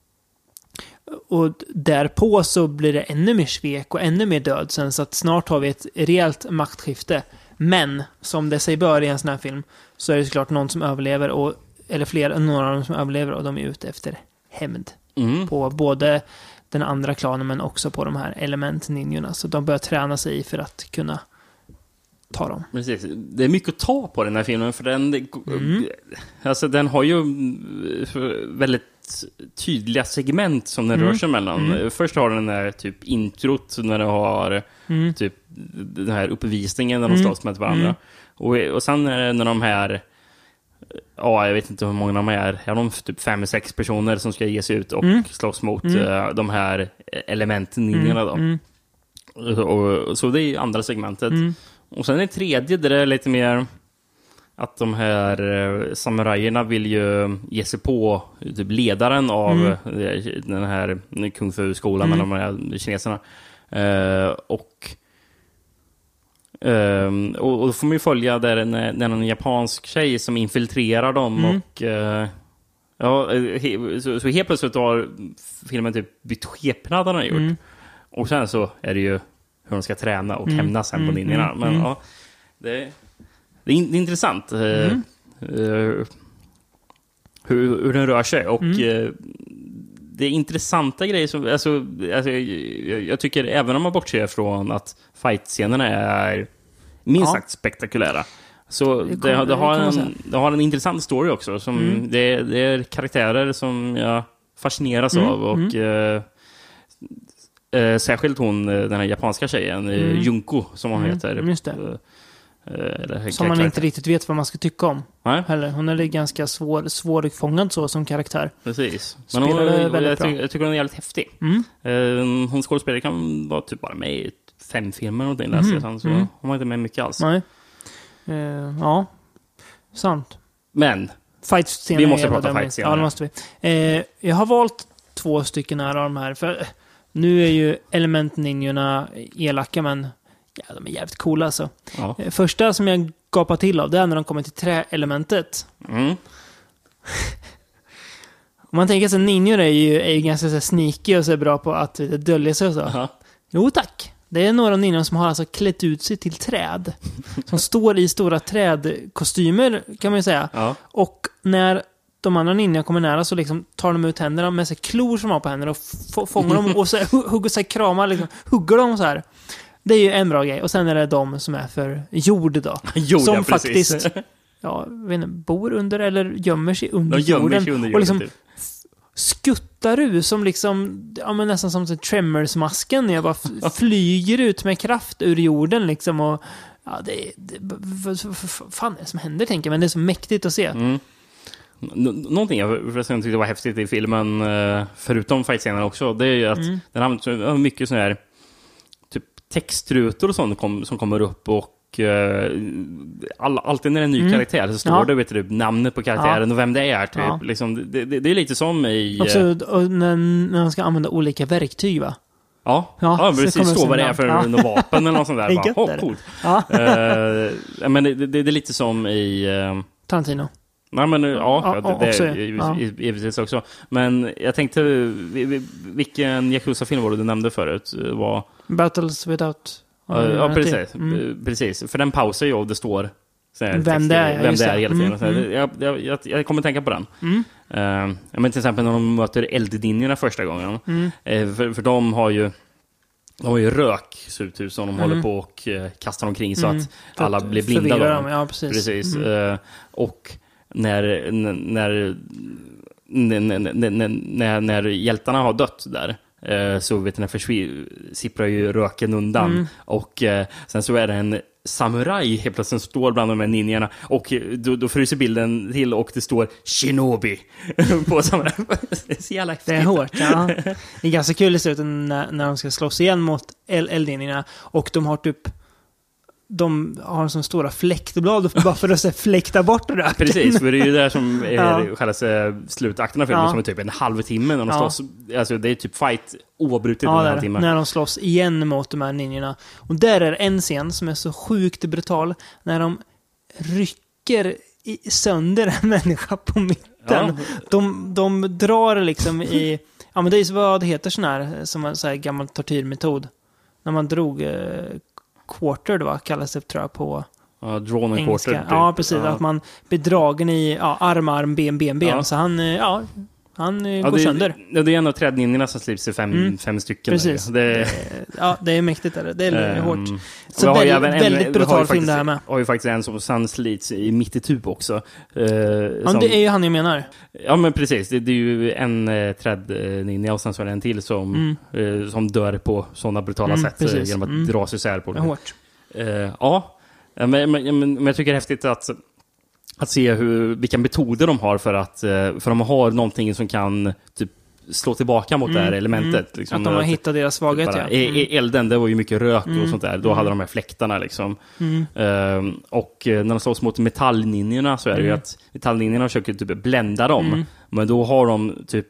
[SPEAKER 1] och därpå så blir det ännu mer svek och ännu mer död sen, så att snart har vi ett rejält maktskifte. Men, som det sig bör i en sån här film, så är det såklart någon som överlever, och, eller fler, några av dem som överlever, och de är ute efter hämnd.
[SPEAKER 2] Mm.
[SPEAKER 1] På både den andra klanen men också på de här element-ninjorna. Så de börjar träna sig för att kunna ta dem.
[SPEAKER 2] Precis. Det är mycket att ta på den här filmen, för den, mm. alltså, den har ju väldigt tydliga segment som den mm. rör sig mellan. Mm. Först har den där typ introt när den har mm. typ den här uppvisningen när de slåss med varandra. Mm. Och, och sen är det när de här, ja, jag vet inte hur många de är. Är de typ fem, sex personer som ska ge sig ut och mm. slåss mot mm. uh, de här elementninjerna då. Mm. Och, och, så det är andra segmentet. Mm. Och sen är det tredje där det är lite mer att de här uh, samurajerna vill ju ge sig på typ ledaren av mm. den här kung fu-skolan mm. med de här kineserna. Uh, och Um, och, och då får man ju följa där en, en japansk tjej som infiltrerar dem mm. och uh, ja, he, så, så helt plötsligt har filmen typ bytt skepnad han har gjort. Mm. Och sen så är det ju hur de ska träna och mm. hämnas sen på
[SPEAKER 1] mm.
[SPEAKER 2] ninjorna. Men mm. ja, det, det, är in, det är intressant mm. uh, uh, hur, hur den rör sig. Och mm. uh, det är intressanta grejer som, alltså, alltså, jag, jag tycker även om man bortser från att fight-scenerna är minst sagt ja. spektakulära, så det, det, det, det, har en, det har en intressant story också som mm. det, det är karaktärer som jag fascineras mm. av, och mm. eh, eh, särskilt hon, den här japanska tjejen mm. Junko som hon mm. heter.
[SPEAKER 1] Just det. Eller, som man inte riktigt vet vad man ska tycka om.
[SPEAKER 2] Nej.
[SPEAKER 1] Heller. Hon är ganska svår, svårfångad så som karaktär.
[SPEAKER 2] Precis. Men hon, jag, jag, tycker, jag tycker hon är jävligt häftig. Mm. Uh, hon skådespelare kan vara typ bara med i fem filmer och mm. så mm. hon var inte med mycket alls.
[SPEAKER 1] Nej. Uh, ja, sant.
[SPEAKER 2] Men vi måste prata fight-scener.
[SPEAKER 1] Ja, det måste vi. Eh, jag har valt två stycken här av de här. För nu är ju Element-ninjorna elaka, men ja, de är jävligt coola alltså. Ja. Eh, första som jag gapar till av, det är när de kommer till träelementet. Mm. Om man tänker sig ninjor är ju, är ju ganska så sneaky och så är bra på att dölja sig och så. Uh-huh. Jo tack. Det är några ninjor som har alltså klätt ut sig till träd. Som står i stora trädkostymer kan man ju säga. Ja. Och när de andra ninjorna kommer nära så liksom tar de ut händerna med sig klor som har på händerna och f- fångar dem och så hugger sig kramar liksom, hugger dem så här. Det är ju en bra grej. Och sen är det de som är för jord då.
[SPEAKER 2] Jord,
[SPEAKER 1] som
[SPEAKER 2] ja,
[SPEAKER 1] faktiskt ja, vet inte, bor under eller gömmer sig under
[SPEAKER 2] de gömmer
[SPEAKER 1] jorden.
[SPEAKER 2] Sig under jorden
[SPEAKER 1] och liksom
[SPEAKER 2] typ.
[SPEAKER 1] skuttar ut som liksom, ja men nästan som Tremors-masken. Jag bara f- flyger ut med kraft ur jorden liksom och ja, det, det vad fan är det som händer tänker jag, men det är så mäktigt att se. Mm.
[SPEAKER 2] N- någonting jag förresten tyckte var häftigt i filmen, förutom fight-scenen också, det är ju att mm. den har mycket sån här typ textrutor och sånt kom, som kommer upp och All, alltid när det är en ny mm. karaktär så står ja. det vet du, namnet på karaktären ja. och vem det är typ. Ja. Liksom, det, det, det är lite som i
[SPEAKER 1] också när, när man ska använda olika verktyg va?
[SPEAKER 2] Ja, ja, ja precis. Står vad det är för ja. något vapen eller något sånt där. Det är bara, oh, coolt. Ja. uh, men det, det, det är lite som i uh,
[SPEAKER 1] Tarantino.
[SPEAKER 2] Nej men ja, ja det, det är givetvis också. Men jag tänkte vilken Yakuza-film var det du nämnde förut? Var
[SPEAKER 1] Battles Without.
[SPEAKER 2] Ja, ja precis. Mm. precis. För den pausar ju och det står så här,
[SPEAKER 1] vem
[SPEAKER 2] texter,
[SPEAKER 1] det är,
[SPEAKER 2] vem det är hela tiden.
[SPEAKER 1] Mm. Mm.
[SPEAKER 2] Jag, jag, jag, jag kommer tänka på den. Mm. Uh, men till exempel när de möter elddinjorna första gången. Mm. Uh, för, för de har ju de har ju rök ser ut som de mm. håller på och uh, kastar omkring så mm. att alla blir blinda då.
[SPEAKER 1] Dem. Ja, precis. precis. Mm.
[SPEAKER 2] Uh, och när när när, när, när, när, när hjältarna har dött där så vet ni försvinner sipprar ju röken undan mm. och eh, sen så är det en samurai helt plötsligt som står bland de här ninjorna och då, då fryser bilden till och det står Shinobi på samurai. Det är,
[SPEAKER 1] det är hårt, ja. Det är ganska kul i slutet när, när de ska slåss igen mot eldninjorna och de har typ de har som stora fläktblad bara för att så fläkta bort röken.
[SPEAKER 2] Precis, för det är ju det som är ja. kallas slutakten av filmen ja. som är typ en halvtimme när de ja. slåss. Alltså det är typ fight oavbrutet ja, en halvtimme.
[SPEAKER 1] När de slåss igen mot de här ninjorna. Och där är en scen som är så sjukt brutal när de rycker i, sönder en människa på mitten. Ja. De, de drar liksom i ja men det är så vad det heter sån här som en så här gammal tortyrmetod. När man drog eh, quarter då kallas det tror jag på
[SPEAKER 2] ja, drawn and quarter. Typ.
[SPEAKER 1] Ja, precis. Ja. Att man blir dragen i ja, arm, arm, ben, ben, ben. Ja. Så han, ja, han ja, går
[SPEAKER 2] det,
[SPEAKER 1] sönder.
[SPEAKER 2] Ja, det är en av trädninjerna som slips i fem, mm. fem stycken.
[SPEAKER 1] Precis.
[SPEAKER 2] Det,
[SPEAKER 1] ja, det är mäktigt. Där. Det är um, hårt. Så väldigt, även, väldigt brutal film det här med.
[SPEAKER 2] Har ju faktiskt en som sen slits i mitt i tub också. Uh,
[SPEAKER 1] ja,
[SPEAKER 2] som,
[SPEAKER 1] det är ju han jag menar.
[SPEAKER 2] Ja, men precis. Det, det är ju en uh, trädninja och sen så är det en till som, mm. uh, som dör på sådana brutala mm, sätt precis. genom att mm. dra sig isär på det.
[SPEAKER 1] Hårt.
[SPEAKER 2] Uh, ja, men, men, men, men jag tycker det är häftigt att, att se hur, vilka metoder de har för att för de har någonting som kan typ slå tillbaka mot mm, det här elementet. Mm. Liksom,
[SPEAKER 1] att de har att, hittat deras svaghet, bara, ja.
[SPEAKER 2] Mm. Elden, det var ju mycket rök mm. och sånt där. Då mm. hade de här fläktarna liksom. Mm. Um, och när de slåss mot metallninjorna så är det mm. ju att metallninjorna försöker typ blända dem. Mm. Men då har de typ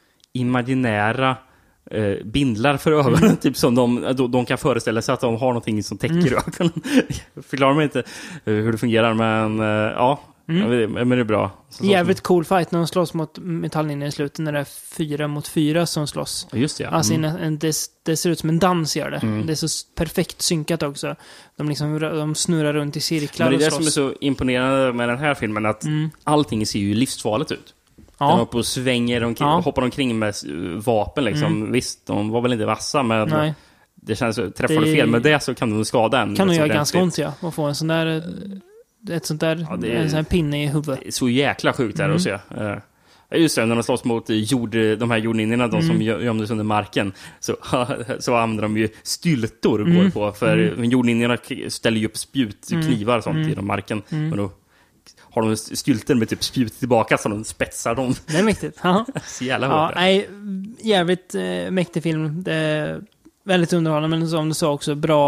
[SPEAKER 2] imaginära Eh, bindlar för ögonen mm. typ som de, de, de kan föreställa sig att de har någonting som täcker mm. ögonen. Jag förklarar mig inte hur det fungerar men uh, ja, mm. men det är bra. Så
[SPEAKER 1] jävligt som... cool fight när de slåss mot metallninjen i slutet när det är fyra mot fyra som slåss.
[SPEAKER 2] Just det, ja.
[SPEAKER 1] Alltså
[SPEAKER 2] mm.
[SPEAKER 1] en, det, det ser ut som en dans gör det. Mm. Det är så perfekt synkat också. De, liksom, de snurrar runt i cirklar och slåss.
[SPEAKER 2] Men det är det som är så imponerande med den här filmen att mm. allting ser ju livsfarligt ut. Ja. De hoppar och svänger omkring, ja. hoppar omkring med vapen liksom. Mm. Visst, de var väl inte vassa men Nej. det känns träffade det... fel med det så kan de skada en.
[SPEAKER 1] Kan de göra ganska ont ja, och få en sån där ett sånt där ja, är, en sån här pinne i huvudet.
[SPEAKER 2] Det är så jäkla sjukt där mm. att se. Just det, när de slåss mot jord, de här jordninjerna, de mm. som gömdes under marken så, så använder de ju styltor och mm. går på för mm. jordninjerna ställer ju upp spjut, knivar och sånt mm. i de marken mm. men då har de stylten med typ spjut tillbaka så de spetsar dem.
[SPEAKER 1] Det är mäktigt. Ja.
[SPEAKER 2] Så jävla
[SPEAKER 1] ja, nej, jävligt eh, mäktig film. Det är väldigt underhållande men som du sa också bra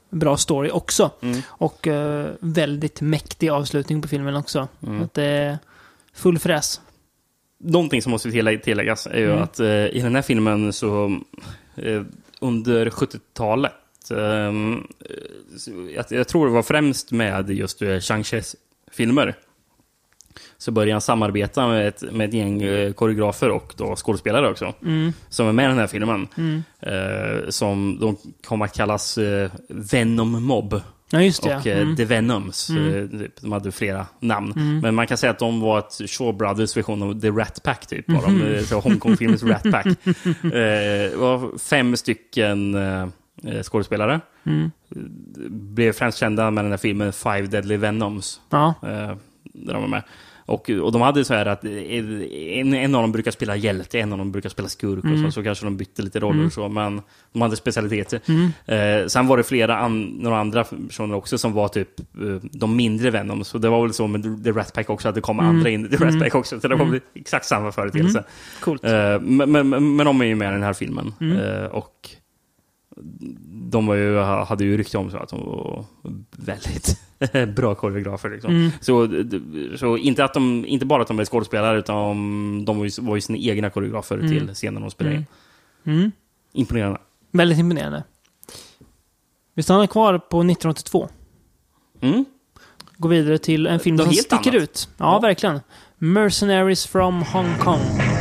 [SPEAKER 1] bra story också.
[SPEAKER 2] Mm.
[SPEAKER 1] Och uh, väldigt mäktig avslutning på filmen också. Mm. Att det är full fräs.
[SPEAKER 2] Någonting som måste tillägg- tilläggas är ju mm. att uh, i den här filmen så uh, under sjuttiotalet uh, jag, jag tror det var främst med just uh, Shang-Chis filmer. Så började han samarbeta med ett, med ett gäng eh, koreografer och då skådespelare också. Mm. Som är med i den här filmen. Mm. Eh, som de kommer att kallas eh, Venom Mob.
[SPEAKER 1] Ja, just det.
[SPEAKER 2] Och eh, mm. The Venoms. Mm. Eh, de hade flera namn. Mm. Men man kan säga att de var ett Shaw Brothers version av The Rat Pack typ. Var de, mm. så Hongkong-filmens Rat Pack. eh, det var fem stycken eh, skådespelare. Mm. Blev främst kända med den här filmen Five Deadly Venoms. Ja. Eh, där de var med. Och, och de hade så här att en, en av dem brukar spela hjälte, en av dem brukar spela skurk mm. och så, så kanske de bytte lite roller mm. och så, men de hade specialiteter. Mm. Eh, sen var det flera an, några andra personer också som var typ uh, de mindre Venom, så det var väl så med The Rat Pack också, att det kom mm. andra in i The Rat Pack också, så det var mm. exakt samma företeelse.
[SPEAKER 1] Mm. Coolt.
[SPEAKER 2] Eh, men, men, men de är ju med i den här filmen. Mm. Eh, och de var ju, hade ju rykte om så att de var väldigt bra koreografer liksom. Mm. Så, så inte, att de, inte bara att de är skådespelare, utan de var ju, var ju sina egna koreografer mm. till scenen de spelade in. Mm. Mm. Imponerande.
[SPEAKER 1] Väldigt imponerande. Vi stannar kvar på nittonhundraåttiotvå. Mm. Går vidare till en film som sticker annat. ut. Ja, ja, verkligen. Mercenaries from Hong Kong.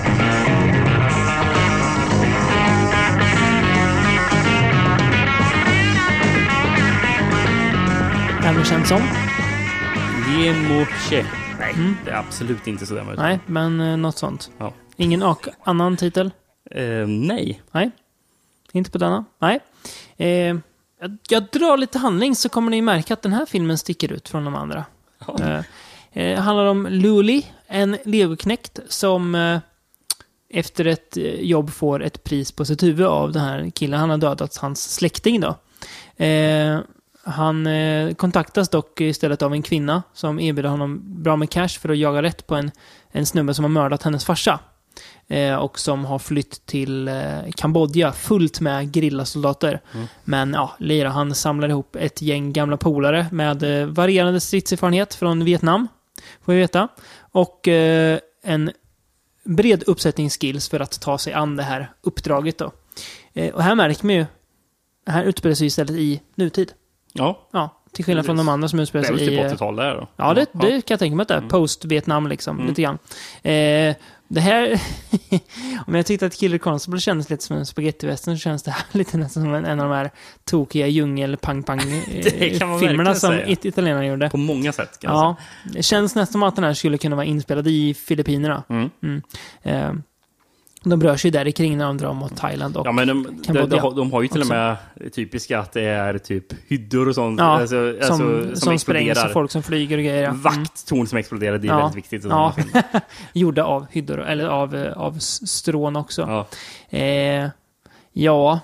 [SPEAKER 1] Även känd som
[SPEAKER 2] Lemoche. Nej, mm. det är absolut inte sådär.
[SPEAKER 1] Nej, men eh, något sånt. Ja. Ingen ak- annan titel?
[SPEAKER 2] Eh, nej.
[SPEAKER 1] Nej, inte på denna. Nej. Eh, jag, jag drar lite handling så kommer ni märka att den här filmen sticker ut från de andra. Ja. Eh, eh, handlar om Luli, en legoknekt som eh, efter ett jobb får ett pris på sitt huvud av den här killen. Han har dödat hans släkting då. Eh, Han eh, kontaktas dock istället av en kvinna som erbjuder honom bra med cash för att jaga rätt på en, en snubbe som har mördat hennes farsa. Eh, och som har flytt till eh, Kambodja fullt med gerillasoldater. Mm. Men ja, Lira, han samlar ihop ett gäng gamla polare med eh, varierande stridserfarenhet från Vietnam, får vi veta. Och eh, en bred uppsättning skills för att ta sig an det här uppdraget då. Eh, och här märker man ju, här utspelar sig istället i nutid.
[SPEAKER 2] Ja.
[SPEAKER 1] Ja, till skillnad från de andra som utspelar sig i...
[SPEAKER 2] Det är väl typ åttiotal där då?
[SPEAKER 1] Ja, det, det kan jag tänka mig att det är. Mm. Post-Vietnam liksom, mm. lite grann. Eh, det här... om jag tyckte att Killer Constable kändes lite som en spaghetti-västern, så känns det här lite nästan som en, en av de här tokiga djungel-pang-pang-filmerna som it- italienarna gjorde.
[SPEAKER 2] På många sätt, kan
[SPEAKER 1] ja, det känns nästan som att den här skulle kunna vara inspelad i Filippinerna. Mm. Mm. Eh, de rör sig där i kring när de drar mot Thailand och
[SPEAKER 2] ja, men de, de, de, de har ju till också. Och med typiska att det är typ hyddor och sånt.
[SPEAKER 1] Ja,
[SPEAKER 2] alltså,
[SPEAKER 1] som,
[SPEAKER 2] alltså, som,
[SPEAKER 1] som sprängs och folk som flyger och grejer. Ja.
[SPEAKER 2] Vakttorn som exploderar, det är ja. väldigt viktigt.
[SPEAKER 1] Ja. Gjorda av hyddor, eller av, av strån också. Ja. Eh, ja.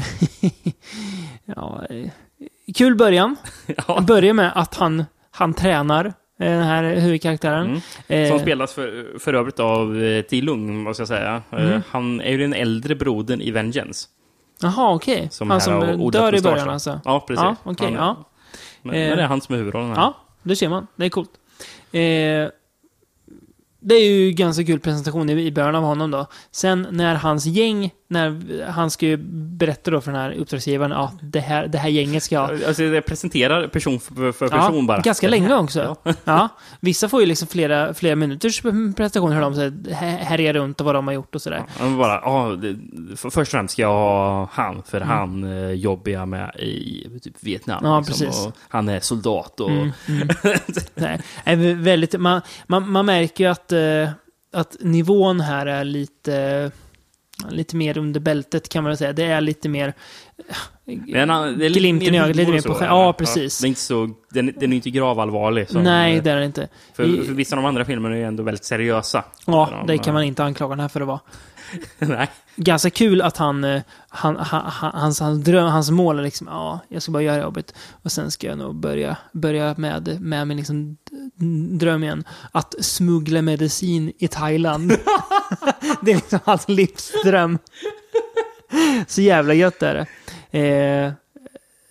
[SPEAKER 1] ja. Kul början. Ja. Börjar med att han, han tränar den här huvudkaraktären. Mm.
[SPEAKER 2] Som
[SPEAKER 1] eh.
[SPEAKER 2] spelas för, för övrigt av eh, Ti Lung, måste jag säga. Mm. Eh, han är ju den äldre brodern i Vengeance.
[SPEAKER 1] Jaha, okej. Okay. Han som dör i början alltså.
[SPEAKER 2] Ja, precis.
[SPEAKER 1] Ja, okay, han, ja.
[SPEAKER 2] Men, eh. men det är han som är huvudrollen här.
[SPEAKER 1] Ja, det ser man. Det är coolt. Eh. Det är ju ganska kul presentation i början av honom då. Sen när hans gäng, när han ska ju berätta då för den här uppdragsgivaren att ja, det, här, det här gänget ska...
[SPEAKER 2] Alltså det presenterar person för, för person
[SPEAKER 1] ja,
[SPEAKER 2] bara.
[SPEAKER 1] Ganska länge också. Ja. Ja. Vissa får ju liksom flera, flera minuters presentation hur de så härjar runt och vad de har gjort och sådär.
[SPEAKER 2] Ja, bara, ja, det, för, först och främst ska jag ha han, för mm. han eh, jobbar jag med i typ Vietnam.
[SPEAKER 1] Ja,
[SPEAKER 2] liksom,
[SPEAKER 1] precis.
[SPEAKER 2] Och han är soldat och...
[SPEAKER 1] Mm, mm. Nej, är väldigt, man, man, man märker ju att att nivån här är lite lite mer under bältet, kan man säga. Det är lite mer
[SPEAKER 2] det är, det är
[SPEAKER 1] glimten i ögat, lite mer på skär. Ja, precis.
[SPEAKER 2] Ja, det är inte så, den, den är inte gravallvarlig. Som,
[SPEAKER 1] nej, det är det inte.
[SPEAKER 2] För, för vissa av de andra filmerna är ju ändå väldigt seriösa.
[SPEAKER 1] Ja,
[SPEAKER 2] de,
[SPEAKER 1] det kan man inte anklaga den här för att vara.
[SPEAKER 2] Nej.
[SPEAKER 1] Ganska kul att han, han, han, hans, hans dröm, hans mål är liksom, ja, jag ska bara göra jobbet och sen ska jag nog börja, börja med, med min liksom dröm igen, att smuggla medicin i Thailand. Det är liksom hans livsdröm. Så jävla gött är det. Eh,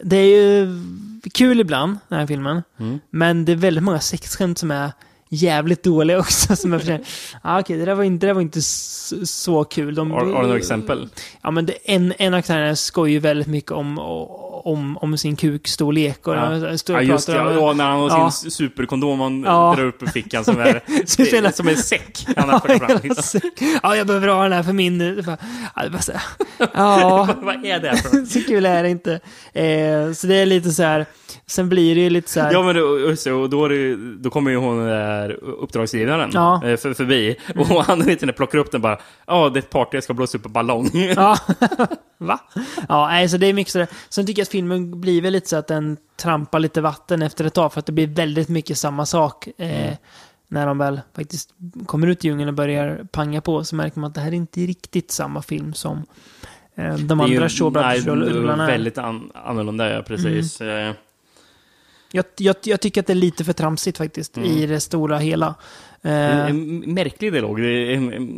[SPEAKER 1] det är ju kul ibland, den här filmen.
[SPEAKER 2] Mm.
[SPEAKER 1] Men det är väldigt många sexskämt som är jävligt dåliga också. Som jag försöker, ah, okej, det där var inte, det var inte så, så kul. De,
[SPEAKER 2] har, har du några exempel?
[SPEAKER 1] Ja, men det, en, en aktör skojar ju väldigt mycket om, om, om sin kukstorlek. Och
[SPEAKER 2] ja. ja, just det.
[SPEAKER 1] Om,
[SPEAKER 2] ja, när han har
[SPEAKER 1] ja.
[SPEAKER 2] sin superkondom han
[SPEAKER 1] ja.
[SPEAKER 2] drar upp i fickan som är det, som en säck. Han har fått fram, liksom.
[SPEAKER 1] Ja, jag behöver ha den här för min... Ja, det bara så, ja.
[SPEAKER 2] Vad är det för?
[SPEAKER 1] Så kul är det inte. Eh, så det är lite så här... Sen blir det ju lite så här...
[SPEAKER 2] Ja, men då, och då, är det, då kommer ju hon där uppdragsgivaren
[SPEAKER 1] ja.
[SPEAKER 2] för, förbi. Mm. Och han inte plockar upp den bara, ja, det är ett party, jag ska blåsa upp en ballong.
[SPEAKER 1] Ja, va? Ja, nej, så det är mycket sådär. Sen tycker jag att filmen blir väl lite så att den trampar lite vatten efter ett tag, för att det blir väldigt mycket samma sak. Eh, mm. När de väl faktiskt kommer ut i djungeln och börjar panga på, så märker man att det här är inte riktigt samma film som eh, de det andra Shaw Brothers-rullarna.
[SPEAKER 2] Det är väldigt an- annorlunda, ja, precis. Mm.
[SPEAKER 1] Jag, jag, jag tycker att det är lite för tramsigt faktiskt, mm. i det stora hela.
[SPEAKER 2] Det är en märklig dialog. Det är,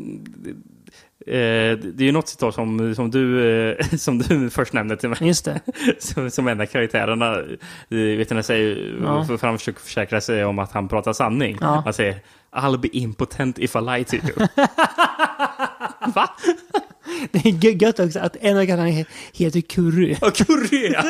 [SPEAKER 2] det är ju något citat som, som, du, som du först nämnde till mig.
[SPEAKER 1] Just det.
[SPEAKER 2] Som, som enda karaktärerna, vet du, säger, ja. för han försöker försäkra sig om att han pratar sanning. Ja. Han säger, I'll be impotent if I lie to you. Va?
[SPEAKER 1] Det är gött också att en av karaktärerna heter Curry.
[SPEAKER 2] Ja, Curry, ja.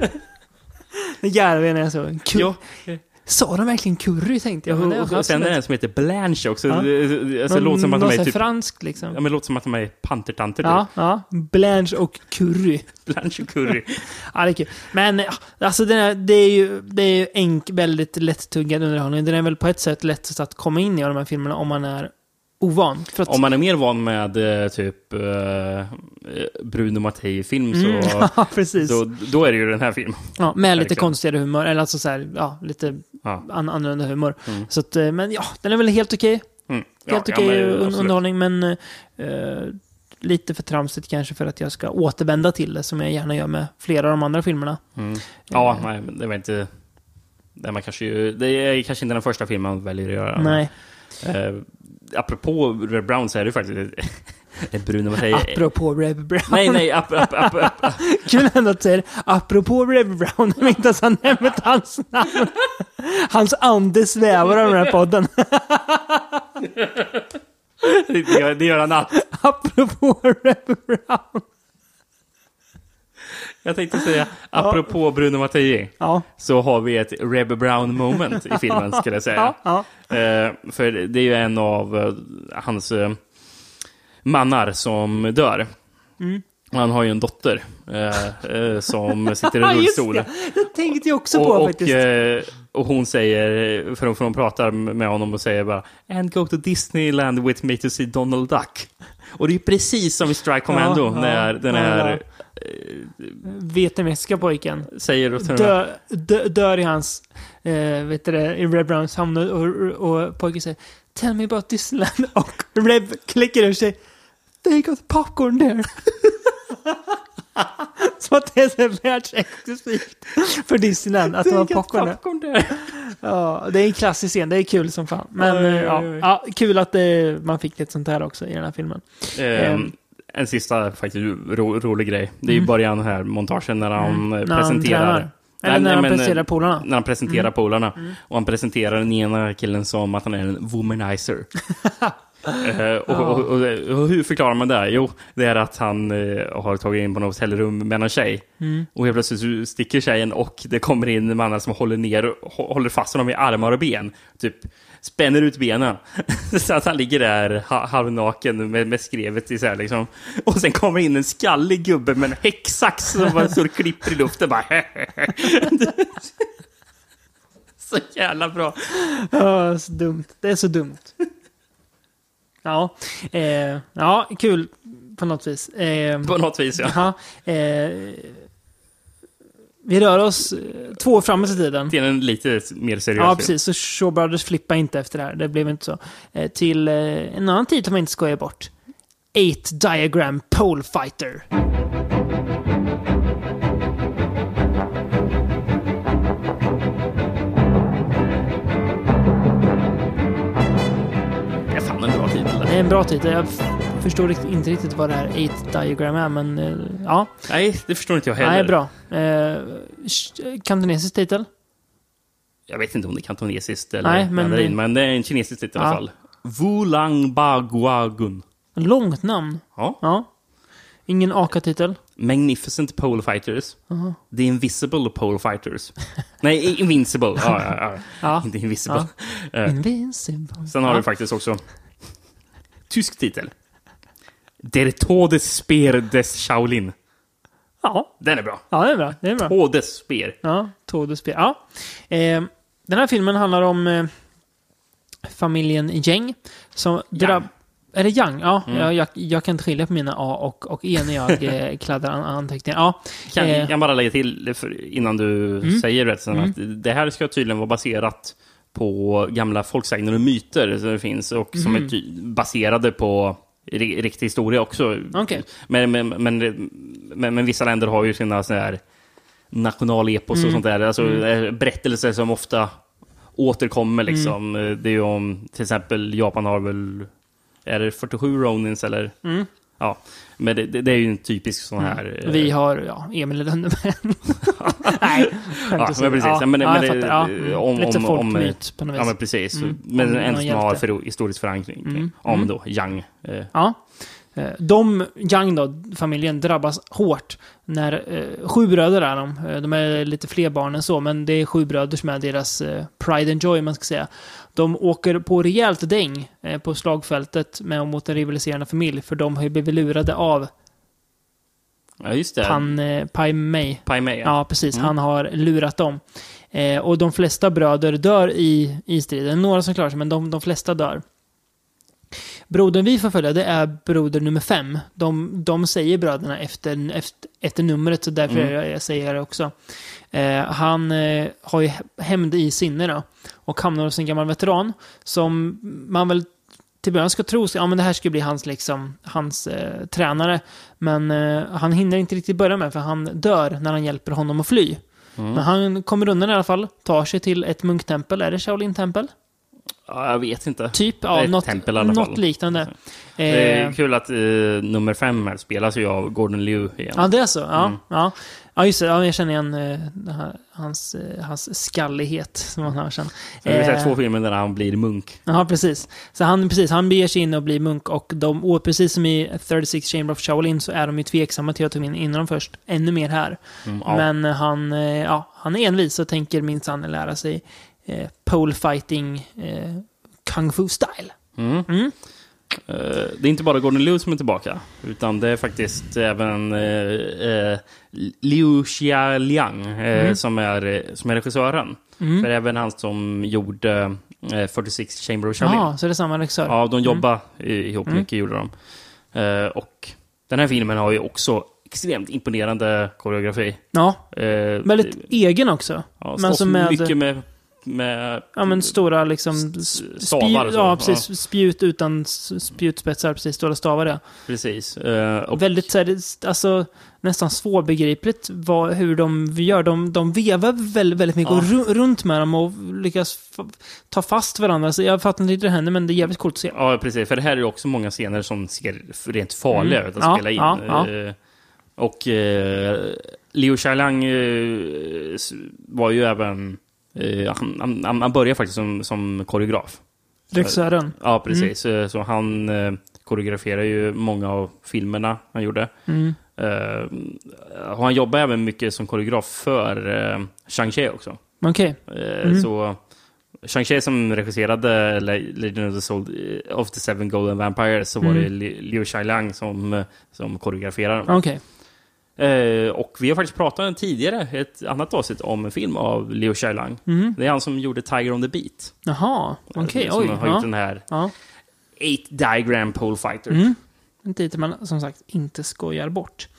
[SPEAKER 1] Det jävlar när jag så. Kur-
[SPEAKER 2] ja.
[SPEAKER 1] Sa de verkligen curry, tänkte jag.
[SPEAKER 2] Ja, och, och sen är det en som heter Blanche också.
[SPEAKER 1] Ja.
[SPEAKER 2] Det, alltså, låter som att de är typ
[SPEAKER 1] franskt liksom.
[SPEAKER 2] Ja, men det låter som att de är pantertanter.
[SPEAKER 1] Ja, typ. Ja. Blanche och curry.
[SPEAKER 2] Blanche och curry.
[SPEAKER 1] Ja, det är kul. Men alltså det är, det är ju det är ju enk, väldigt lättuggad underhållning. Den är väl på ett sätt lättast att komma in i de här filmerna om man är ovan. För att...
[SPEAKER 2] Om man är mer van med typ uh, Bruno Mattei-film så,
[SPEAKER 1] mm, ja, precis.
[SPEAKER 2] så då är det ju den här filmen.
[SPEAKER 1] Ja, med lite konstigare humor, eller alltså så här, ja, lite ja. An- annorlunda humor. Mm. Så att, men ja, den är väl helt okej.
[SPEAKER 2] Mm. Ja,
[SPEAKER 1] helt okej ja, un- underhållning, men uh, lite för tramsigt kanske för att jag ska återvända till det, som jag gärna gör med flera av de andra filmerna.
[SPEAKER 2] Mm. Ja, uh, nej, det var inte det, man kanske ju, det är kanske inte den första filmen man väljer att göra.
[SPEAKER 1] Nej.
[SPEAKER 2] Uh, apropå Red Brown så är det faktiskt ett Bruno Mattei.
[SPEAKER 1] Apropå Red Brown.
[SPEAKER 2] Nej, nej, ap, ap, ap, ap, ap.
[SPEAKER 1] Kul ändå att säga apropå Red Brown. Jag vet inte ens han nämnt hans namn. Hans ande svävar av den här podden.
[SPEAKER 2] det, gör, det gör han allt.
[SPEAKER 1] Apropå Red Brown.
[SPEAKER 2] Jag tänkte säga, apropå ja. Bruno Mattei, ja. Så har vi ett Reb Brown moment i filmen, skulle jag säga. Ja. Ja. Uh, för det är ju en av uh, hans uh, mannar som dör. Mm. Han har ju en dotter uh, uh, som sitter i rullstol.
[SPEAKER 1] Just det, det tänkte jag också på
[SPEAKER 2] och,
[SPEAKER 1] faktiskt.
[SPEAKER 2] Och, uh, och hon säger, för hon, för hon pratar med honom och säger bara, and go to Disneyland with me to see Donald Duck. Och det är precis som i Strike Commando, ja, när ja, den här... Ja.
[SPEAKER 1] vietnamesiska pojken
[SPEAKER 2] säger
[SPEAKER 1] dö, dö, dör i hans eh, vet du det, i Red Browns hamn och, och, och pojken säger tell me about Disneyland och Red klickar över sig they got popcorn there. Så att det är så världsexklusivt för Disneyland att det var popcorn, popcorn där. Ja, det är en klassisk scen, det är kul som fan. Men oj, oj, oj. Ja, ja, kul att det, man fick lite sånt här också i den här filmen. Um, um,
[SPEAKER 2] En sista faktiskt ro, rolig grej. Det är ju mm. början här montagen när han mm.
[SPEAKER 1] När
[SPEAKER 2] presenterar.
[SPEAKER 1] han Eller nej, när han men, presenterar polarna.
[SPEAKER 2] När han presenterar mm. polarna. Mm. Och han presenterar den ena killen som att han är en womanizer. uh, och, och, och, och hur förklarar man det? Jo, det är att han uh, har tagit in på något hotellrum med en tjej. Mm. Och helt plötsligt sticker tjejen och det kommer in mannen som håller ner håller fast honom i armar och ben. Typ spänner ut benen. Så att han ligger där halvnaken med, med skrevet i så här liksom. Och sen kommer in en skallig gubbe med en häcksax som bara står och klipper i luften. Bara så jävla bra.
[SPEAKER 1] Ja, så dumt. Det är så dumt. Ja, eh, ja, kul på något vis. Eh,
[SPEAKER 2] på något vis, ja.
[SPEAKER 1] Aha, eh, vi rör oss två år framåt i tiden.
[SPEAKER 2] Till en lite mer seriös
[SPEAKER 1] Ja, precis. Så Shaw Brothers flippar inte efter det här. Det blev inte så. Eh, till eh, en annan tid som man inte skojar bort. Eight Diagram Pole Fighter.
[SPEAKER 2] Det är fan en bra titel.
[SPEAKER 1] Det är en bra titel. Jag förstår riktigt, inte riktigt vad det här eight diagram är, men uh, ja.
[SPEAKER 2] Nej, det förstår inte jag heller.
[SPEAKER 1] Nej, bra. Uh, kantonesisk titel?
[SPEAKER 2] Jag vet inte om det är kantonesiskt eller
[SPEAKER 1] Nej, men,
[SPEAKER 2] mandarin, men det är en kinesisk titel ja. I alla fall. Wulang Baguagun.
[SPEAKER 1] Långt namn.
[SPEAKER 2] Ja.
[SPEAKER 1] ja. Ingen Aka-titel.
[SPEAKER 2] Magnificent Pole Fighters.
[SPEAKER 1] Uh-huh.
[SPEAKER 2] The Invisible Pole Fighters. Nej, Invincible. Ja, ja, ja.
[SPEAKER 1] ja.
[SPEAKER 2] Inte Invisible.
[SPEAKER 1] Ja. Uh. Invincible.
[SPEAKER 2] Sen har ja. du faktiskt också tysk titel. Der Todesspeer des Shaolin.
[SPEAKER 1] Ja.
[SPEAKER 2] Den är bra.
[SPEAKER 1] Ja, det är bra. Det är bra.
[SPEAKER 2] Todesspeer.
[SPEAKER 1] Ja, Todesspeer. Ja. Eh, den här filmen handlar om eh, familjen Yang som drabb... Är det Yang? Ja, mm. jag, jag, jag kan inte skilja på mina A och, och E när jag eh, kladdar an, anteckningar. Ja.
[SPEAKER 2] Kan
[SPEAKER 1] eh.
[SPEAKER 2] jag bara lägga till för, innan du mm. säger rätt sen mm. att det här ska tydligen vara baserat på gamla folksägner och myter som det finns och som mm. är ty- baserade på riktig historia också.
[SPEAKER 1] Okay.
[SPEAKER 2] Men, men, men, men, men vissa länder har ju sina sådana här nationalepos mm. och sånt där. Alltså mm. berättelser som ofta återkommer liksom. Mm. Det är ju om, till exempel Japan har väl, är det fyrtiosju Ronins eller? Mm. Ja, men det, det, det är ju en typisk sån här...
[SPEAKER 1] Mm. Vi har, ja, Emil Lönneberg. Nej,
[SPEAKER 2] ja, men precis. Ja, men,
[SPEAKER 1] ja,
[SPEAKER 2] men,
[SPEAKER 1] jag fattar. Ja.
[SPEAKER 2] Mm. Om,
[SPEAKER 1] Lite
[SPEAKER 2] om,
[SPEAKER 1] folkmyt på något vis.
[SPEAKER 2] Ja, men precis.
[SPEAKER 1] Mm.
[SPEAKER 2] Men
[SPEAKER 1] om,
[SPEAKER 2] en som
[SPEAKER 1] hjälpte.
[SPEAKER 2] har för historisk förankring. Mm. Om mm. då, Yang. Eh.
[SPEAKER 1] Ja. De, Yang då, familjen, drabbas hårt när eh, sju bröder är de. De är lite fler barn än så, men det är sju bröder som är deras eh, pride and joy, man ska säga. De åker på rejält däng eh, på slagfältet med och mot en rivaliserande familj, för de har ju blivit lurade av
[SPEAKER 2] ja, just det.
[SPEAKER 1] Pan, eh, Pai Mei.
[SPEAKER 2] Pai Mei, ja.
[SPEAKER 1] Ja, precis. Mm. Han har lurat dem. Eh, och de flesta bröder dör i, i striden. Några som klarar sig, men de, de flesta dör. Brodern vi förföljer, det är broder nummer fem. De, de säger bröderna efter, efter, efter numret, så därför mm. jag, jag säger det också. Eh, han eh, har ju hämnd i sinne då, och hamnar hos en gammal veteran som man väl till början ska tro ja, men det här ska bli hans, liksom, hans eh, tränare. Men eh, han hinner inte riktigt börja med, för han dör när han hjälper honom att fly. Mm. Men han kommer undan i alla fall, tar sig till ett munktempel. Är det Shaolin-tempel?
[SPEAKER 2] Ja, jag vet inte.
[SPEAKER 1] Typ, ja, något, tempel, något liknande.
[SPEAKER 2] Det är kul att uh, nummer fem här spelas ju av Gordon Liu igen.
[SPEAKER 1] Ja, det är så. Ja, mm. ja. ja just det. Ja, jag känner igen uh, här, hans, uh, hans skallighet som man hör sen.
[SPEAKER 2] Så vi har sett två filmer där han blir munk.
[SPEAKER 1] Ja, precis. Så han, precis, han beger sig in och blir munk. Och, de, och precis som i thirty-six Chamber of Shaolin så är de ju tveksamma till att ta in innan de först. Ännu mer här. Mm, ja. Men han, uh, ja, han är envis och tänker minsann lära sig Eh, pole fighting eh, kung fu style.
[SPEAKER 2] Mm. Mm. Uh, det är inte bara Gordon Liu som är tillbaka, utan det är faktiskt även uh, uh, Liu Xiaoliang uh, mm. som, är, som är regissören. Mm. För även han som gjorde uh, forty-six Chamber of Shaolin.
[SPEAKER 1] Ja, så det är samma regissör.
[SPEAKER 2] Ja, de jobbar mm. ihop mycket, mm. gjorde de. Uh, och den här filmen har ju också extremt imponerande koreografi.
[SPEAKER 1] Ja, uh, väldigt egen också.
[SPEAKER 2] Ja, men som med mycket med med
[SPEAKER 1] ja, men stora liksom
[SPEAKER 2] stavar,
[SPEAKER 1] ja, precis, ja. Spjut utan spjutspetsar, precis, stora stavar, ja.
[SPEAKER 2] Precis. Uh, och
[SPEAKER 1] väldigt så här, alltså nästan svårbegripligt vad, hur de gör. De, de vevar väldigt, väldigt mycket ja. och runt med dem och lyckas f- ta fast varandra. Så jag fattar inte hur det händer, men det är jävligt coolt att se.
[SPEAKER 2] Ja, precis. För det här är också många scener som ser rent farliga mm. ut att ja, spela in. Ja, ja. Uh, och uh, Liu Xiaoliang uh, var ju även Uh, han, han, han började faktiskt som, som koreograf.
[SPEAKER 1] Regissören.
[SPEAKER 2] Uh, ja, precis. Mm. Så han uh, koreograferar ju många av filmerna han gjorde. Mm. Uh, och han jobbar även mycket som koreograf för uh, Shang-Chi också.
[SPEAKER 1] Okej. Okay.
[SPEAKER 2] Uh,
[SPEAKER 1] mm.
[SPEAKER 2] Så Shang-Chi som regisserade Legend of the Soul of the Seven Golden Vampires, så mm. var det Liu Xiaoliang som, som koreograferade.
[SPEAKER 1] Okej. Okay.
[SPEAKER 2] Uh, och vi har faktiskt pratat tidigare ett annat avsnitt om en film av Liu Xiaoliang. Mm. Det är han som gjorde Tiger on the Beat.
[SPEAKER 1] Jaha, okej. Okay,
[SPEAKER 2] som
[SPEAKER 1] oj.
[SPEAKER 2] har
[SPEAKER 1] ja.
[SPEAKER 2] gjort den här
[SPEAKER 1] ja.
[SPEAKER 2] Eight Diagram Pole Fighter.
[SPEAKER 1] Mm. En titel man som sagt inte skojar bort.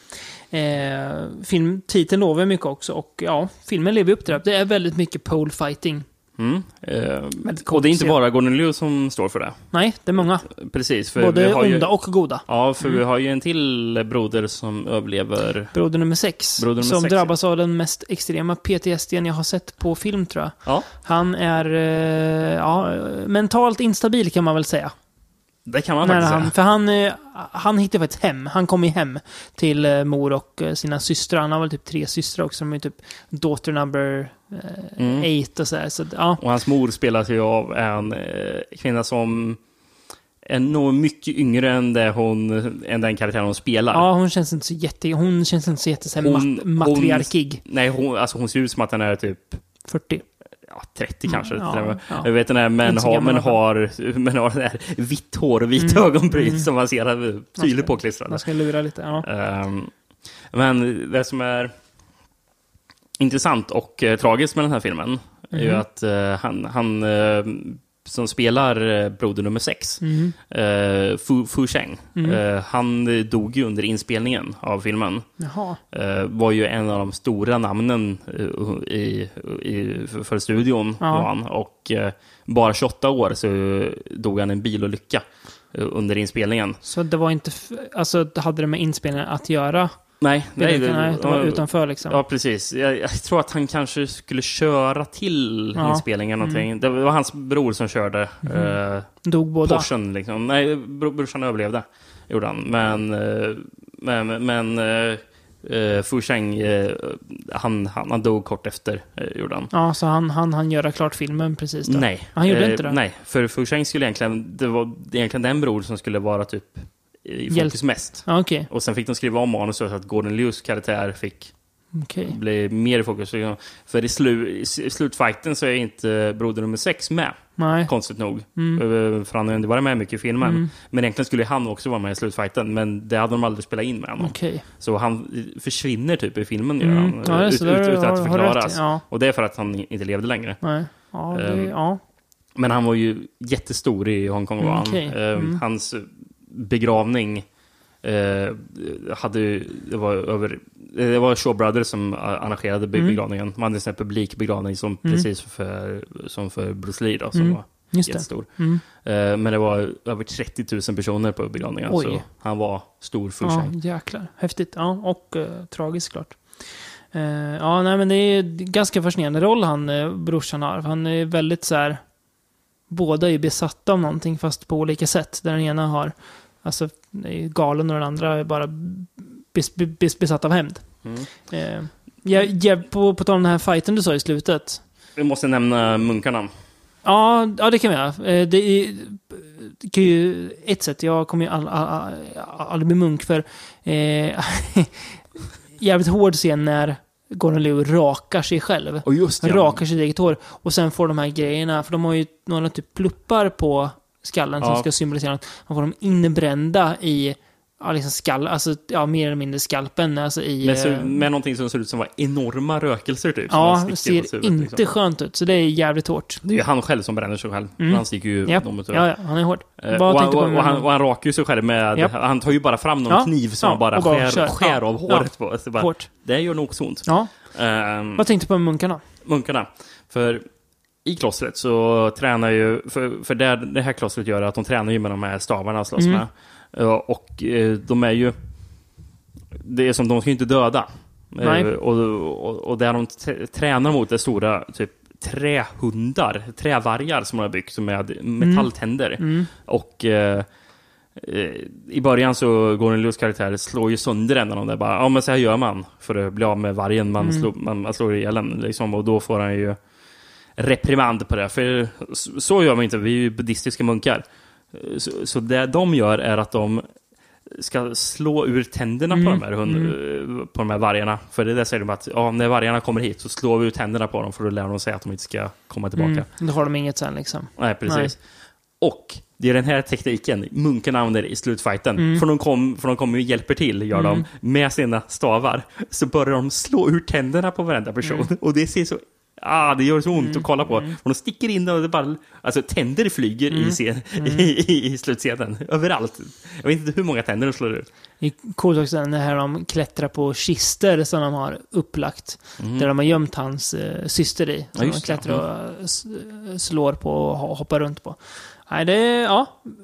[SPEAKER 1] Eh, film, titeln lovar mycket också. Och ja, filmen lever upp till det. Det är väldigt mycket pole fighting.
[SPEAKER 2] Mm. Eh, och det är inte bara Gordon Liu som står för det.
[SPEAKER 1] Nej, det är många.
[SPEAKER 2] Precis. För
[SPEAKER 1] både
[SPEAKER 2] vi har
[SPEAKER 1] onda
[SPEAKER 2] ju,
[SPEAKER 1] och goda.
[SPEAKER 2] Ja, för
[SPEAKER 1] mm.
[SPEAKER 2] vi har ju en till broder som överlever.
[SPEAKER 1] Broder nummer sex.
[SPEAKER 2] Broder nummer
[SPEAKER 1] som
[SPEAKER 2] sex,
[SPEAKER 1] drabbas ja. av den mest extrema P T S D jag har sett på film, tror jag.
[SPEAKER 2] Ja.
[SPEAKER 1] Han är eh, ja, mentalt instabil, kan man väl säga.
[SPEAKER 2] Det kan man
[SPEAKER 1] Nej,
[SPEAKER 2] faktiskt
[SPEAKER 1] han,
[SPEAKER 2] säga.
[SPEAKER 1] För han, han hittade faktiskt hem. Han kom ju hem till mor och sina systrar. Han har väl typ tre systrar också. De är typ daughter number eh, mm. eight och så här. Så, ja.
[SPEAKER 2] Och hans mor spelas ju av en eh, kvinna som är nog mycket yngre än, det hon, än den karaktären hon spelar.
[SPEAKER 1] Ja, hon känns inte så jätte... Hon känns inte så jätte så här, hon, mat, matriarkig.
[SPEAKER 2] Hon, nej, hon, alltså hon ser ut som att den är typ...
[SPEAKER 1] fyrtio.
[SPEAKER 2] Ja, trettio kanske.
[SPEAKER 1] Mm, ja,
[SPEAKER 2] jag
[SPEAKER 1] ja.
[SPEAKER 2] vet inte, men har, men har, men har det där vitt hår och vit mm, ögonbryn mm. som man ser tydligt påklistrade.
[SPEAKER 1] Man ska lura lite, ja.
[SPEAKER 2] Um, men det som är intressant och uh, tragiskt med den här filmen mm. är ju att uh, han, han uh, som spelar uh, broder nummer sex, mm. uh, Fu, Fu Sheng, mm. uh, han dog ju under inspelningen av filmen.
[SPEAKER 1] Jaha.
[SPEAKER 2] Uh, var ju en av de stora namnen uh, i, i, för, för studion. Ja. Var han. Och uh, bara tjugoåtta år så dog han i en bilolycka uh, under inspelningen.
[SPEAKER 1] Så det var inte, f- alltså hade det med inspelningen att göra?
[SPEAKER 2] Nej, nej, det,
[SPEAKER 1] nej, det var utanför liksom.
[SPEAKER 2] Ja, precis. Jag, jag tror att han kanske skulle köra till ja. inspelningen någonting. Mm. Det var hans bror som körde mm. eh,
[SPEAKER 1] Dog båda.
[SPEAKER 2] Porschen liksom. Nej, bro, brorsan överlevde. Gjorde han. Men eh, men, men eh, Fu Sheng eh, han, han, han dog kort efter eh, gjorde han.
[SPEAKER 1] Ja, så han, han, han göra klart filmen precis då.
[SPEAKER 2] Nej.
[SPEAKER 1] Han gjorde
[SPEAKER 2] eh,
[SPEAKER 1] inte det.
[SPEAKER 2] Nej, för Fu Sheng skulle egentligen det var egentligen den bror som skulle vara typ i fokus mest.
[SPEAKER 1] Ah, okay.
[SPEAKER 2] Och sen fick de skriva om manus så att Gordon Lius karaktär fick okay. bli mer i fokus. För i, slu, i slutfighten så är inte broder nummer sex med. Nej. Konstigt nog. Mm. För han har inte varit med mycket i filmen. Mm. Men egentligen skulle han också vara med i slutfighten. Men det hade de aldrig spelat in med honom.
[SPEAKER 1] Okay.
[SPEAKER 2] Så han försvinner typ i filmen.
[SPEAKER 1] Mm.
[SPEAKER 2] Gör han,
[SPEAKER 1] ja,
[SPEAKER 2] ut,
[SPEAKER 1] ut, ut,
[SPEAKER 2] utan att förklaras.
[SPEAKER 1] Ja.
[SPEAKER 2] Och det är för att han inte levde längre.
[SPEAKER 1] Nej. Ja, det, um, ja.
[SPEAKER 2] Men han var ju jättestor i Hongkong. Var han. Okay. Um, mm. Hans begravning Eh, hade det var över det var Shaw Brothers som arrangerade begravningen. Mm. Man hade en sån här publikbegravning som mm. precis för som för Bruce Lee då, som mm. var
[SPEAKER 1] Just
[SPEAKER 2] jättestor. Mm. Eh, men det var över trettio tusen personer på begravningen. Oj. Så han var stor för sig.
[SPEAKER 1] Ja, jäklar. Häftigt. Ja, och uh, tragiskt klart. Uh, ja, nej men det är ganska fascinerande roll han uh, brorsan har. Han är väldigt så här, båda är besatta av någonting fast på olika sätt. Där den ena har alltså är galen och den andra är bara bes, bes, besatt av hämnd. Mm. Eh, jag, jag, på, på tal om den här fighten du sa i slutet.
[SPEAKER 2] Vi måste nämna munkarna.
[SPEAKER 1] Ja, ja det kan vi göra. Eh, det är, det kan ju ett sätt. Jag kommer ju aldrig all, all, all bli munk för eh, jävligt hård scen när Gordon Liu rakar sig själv.
[SPEAKER 2] Och just det.
[SPEAKER 1] Rakar sitt eget hår. Och sen får de här grejerna, för de har ju några typ pluppar på skallen som ja. ska symbolisera att man får dem inbrända i ja, liksom skall, alltså, ja, mer eller mindre skalpen. Alltså i,
[SPEAKER 2] med, så, med någonting som ser ut som var enorma rökelser typ.
[SPEAKER 1] Ja, det ser huvudet, inte liksom. Skönt ut. Så det är jävligt hårt.
[SPEAKER 2] Det är ju han själv som bränner sig själv. Mm. Han sticker ju
[SPEAKER 1] yep.
[SPEAKER 2] dem ut.
[SPEAKER 1] Ja, ja, han är hård.
[SPEAKER 2] Eh, och, och, och, och, han, och han rakar ju sig själv med, yep. han tar ju bara fram någon ja. kniv som ja, han bara, bara skär, skär av ja. håret ja. på. Så bara, hårt. Det gör nog så ont.
[SPEAKER 1] Ja. Um, Vad tänkte du på munkarna?
[SPEAKER 2] Munkarna. För i klostret så tränar ju, för, för det, det här klostret gör att de tränar ju med de här stavarna slåss mm. med. Och de är ju, det är som de ska ju inte döda. Nej. Och, och, och där de t- tränar mot är stora typ trähundar, trävargar som de har byggt med metalltänder. Mm. Mm. Och eh, i början så går en Lius karaktär slår ju sönder en av dem där. Bara, ja men så här gör man för att bli av med vargen. Man, mm. slår, man, man slår ihjäl den liksom, och då får han ju reprimand på det. För så gör man inte, vi är ju buddhistiska munkar. Så, så det de gör är att de ska slå ur tänderna mm. på, de här hund, mm. på de här vargarna. För det där säger de att ja, när vargarna kommer hit så slår vi ut tänderna på dem för att lära dem sig att de inte ska komma tillbaka. Mm.
[SPEAKER 1] Då har de inget sen liksom.
[SPEAKER 2] Nej, precis. Nej. Och det är den här tekniken munkarna använder i slutfighten. Mm. För de kommer för de kommer och hjälper till, gör mm. de, med sina stavar. Så börjar de slå ur tänderna på varenda person. Mm. Och det ser så Ah, det gör så ont mm, att kolla på. Mm. Och de sticker in och det bara, alltså tänder flyger mm, i, scen, mm. i, i, i slutscenen. Överallt. Jag vet inte hur många tänder de slår ut.
[SPEAKER 1] Det är coolt också när här de klättrar på kister som de har upplagt. Mm. Där de har gömt hans eh, syster i. Som ja, de klättrar det. och s- slår på och hoppar runt på. Nej, det är, ja.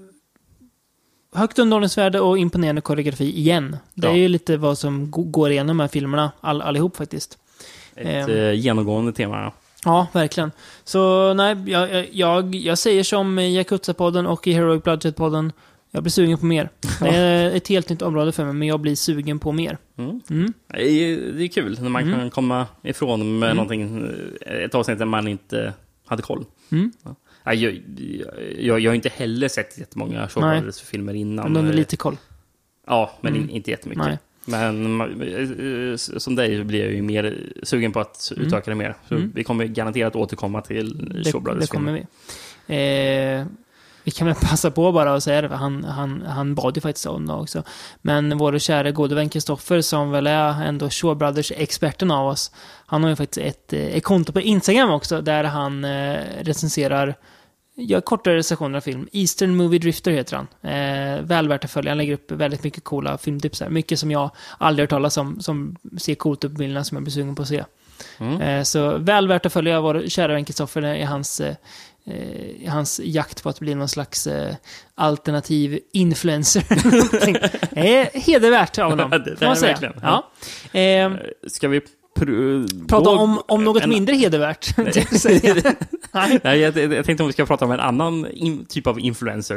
[SPEAKER 1] Högt underhållningsvärde och imponerande koreografi igen. Det ja. är ju lite vad som g- går igenom de här filmerna all, allihop faktiskt.
[SPEAKER 2] Ett eh, genomgående tema. Ja.
[SPEAKER 1] ja, verkligen. Så nej, jag, jag, jag säger som i Yakuza-podden och i Heroic Bloodshed-podden. Jag blir sugen på mer. Det är ett helt nytt område för mig, men jag blir sugen på mer.
[SPEAKER 2] Mm. Mm. Det är kul när man mm. kan komma ifrån med mm. någonting, ett avsnitt där man inte hade koll. Mm. Ja. Jag, jag, jag, jag har inte heller sett jättemånga Shaw Brothers-filmer innan.
[SPEAKER 1] Men de är lite koll.
[SPEAKER 2] Ja, men mm. inte jättemycket. Nej. Men som dig blir jag ju mer sugen på att mm. utöka det mer. Så mm. vi kommer garanterat återkomma till Shaw Brothers.
[SPEAKER 1] Det kommer vi. Eh, vi kan väl passa på bara att säga det, för han, han, han bad ju faktiskt om det också. Men vår kära gode vän Kristoffer, som väl är ändå Shaw Brothers-experten av oss, han har ju faktiskt ett, ett konto på Instagram också, där han eh, recenserar, gör kortare recensioner av film. Eastern Movie Drifter heter han. Eh, väl värt att följa. Han lägger upp väldigt mycket coola filmtips här. Mycket som jag aldrig hört talas om, som ser coolt upp på bilderna, som jag blir sugen på att se. Mm. Eh, så väl värt att följa vår kära vän Kristoffer i hans, eh, i hans jakt på att bli någon slags eh, alternativ influencer. eh, hedervärt av honom.
[SPEAKER 2] det det är verkligen.
[SPEAKER 1] Ja. Eh,
[SPEAKER 2] Ska vi pr-
[SPEAKER 1] prata om, om något en, mindre hedervärt?
[SPEAKER 2] Nej, Nej jag, jag tänkte om vi ska prata om en annan in, typ av influencer.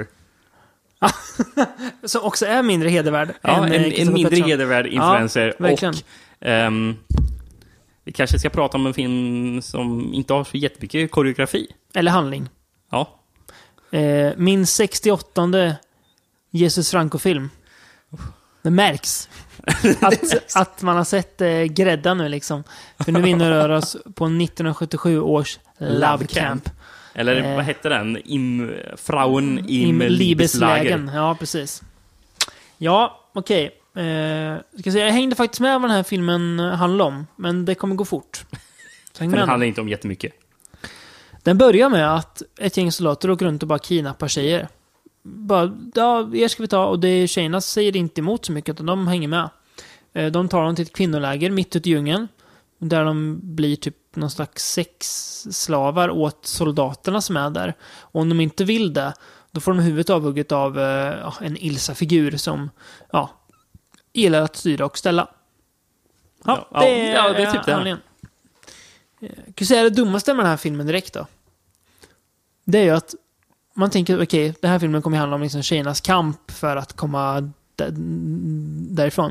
[SPEAKER 1] Som också är mindre hedervärd.
[SPEAKER 2] Ja,
[SPEAKER 1] än,
[SPEAKER 2] en, en mindre
[SPEAKER 1] Pettersson.
[SPEAKER 2] hedervärd influencer.
[SPEAKER 1] Ja, verkligen.
[SPEAKER 2] Och um, vi kanske ska prata om en film som inte har så jättemycket koreografi.
[SPEAKER 1] Eller handling.
[SPEAKER 2] Ja.
[SPEAKER 1] Eh, min sextioåttonde Jesus Franco-film. Det märks. Att, att man har sett eh, gräddan nu liksom. För nu vinner rör oss på nittonhundrasjuttiosju års Love Camp.
[SPEAKER 2] Eller eh, vad hette den? Im, Frauen im, im Liebeslagen.
[SPEAKER 1] Ja, precis. Ja, okej. Okay. Eh, ska säga, jag hängde faktiskt med vad den här filmen handlar om. Men det kommer gå fort.
[SPEAKER 2] Så häng med. Den handlar inte om jättemycket.
[SPEAKER 1] Den börjar med att ett gäng soldater åker runt och bara kidnappar tjejer. Bara, ja, er ska vi ta. Och det är tjejerna säger inte emot så mycket, utan de hänger med. De tar dem till ett kvinnoläger mitt ute i djungeln. Där de blir typ någon slags sexslavar åt soldaterna som är där. Och om de inte vill det, då får de huvudet avhugget av ja, en Ilsa-figur som ja, gillar att styra och ställa. Ja,
[SPEAKER 2] ja,
[SPEAKER 1] det är,
[SPEAKER 2] ja, det är typ det.
[SPEAKER 1] Jag kan säga det dummaste med den här filmen direkt då. Det är ju att man tänker, okej, okay, den här filmen kommer handla om liksom tjejernas kamp för att komma därifrån.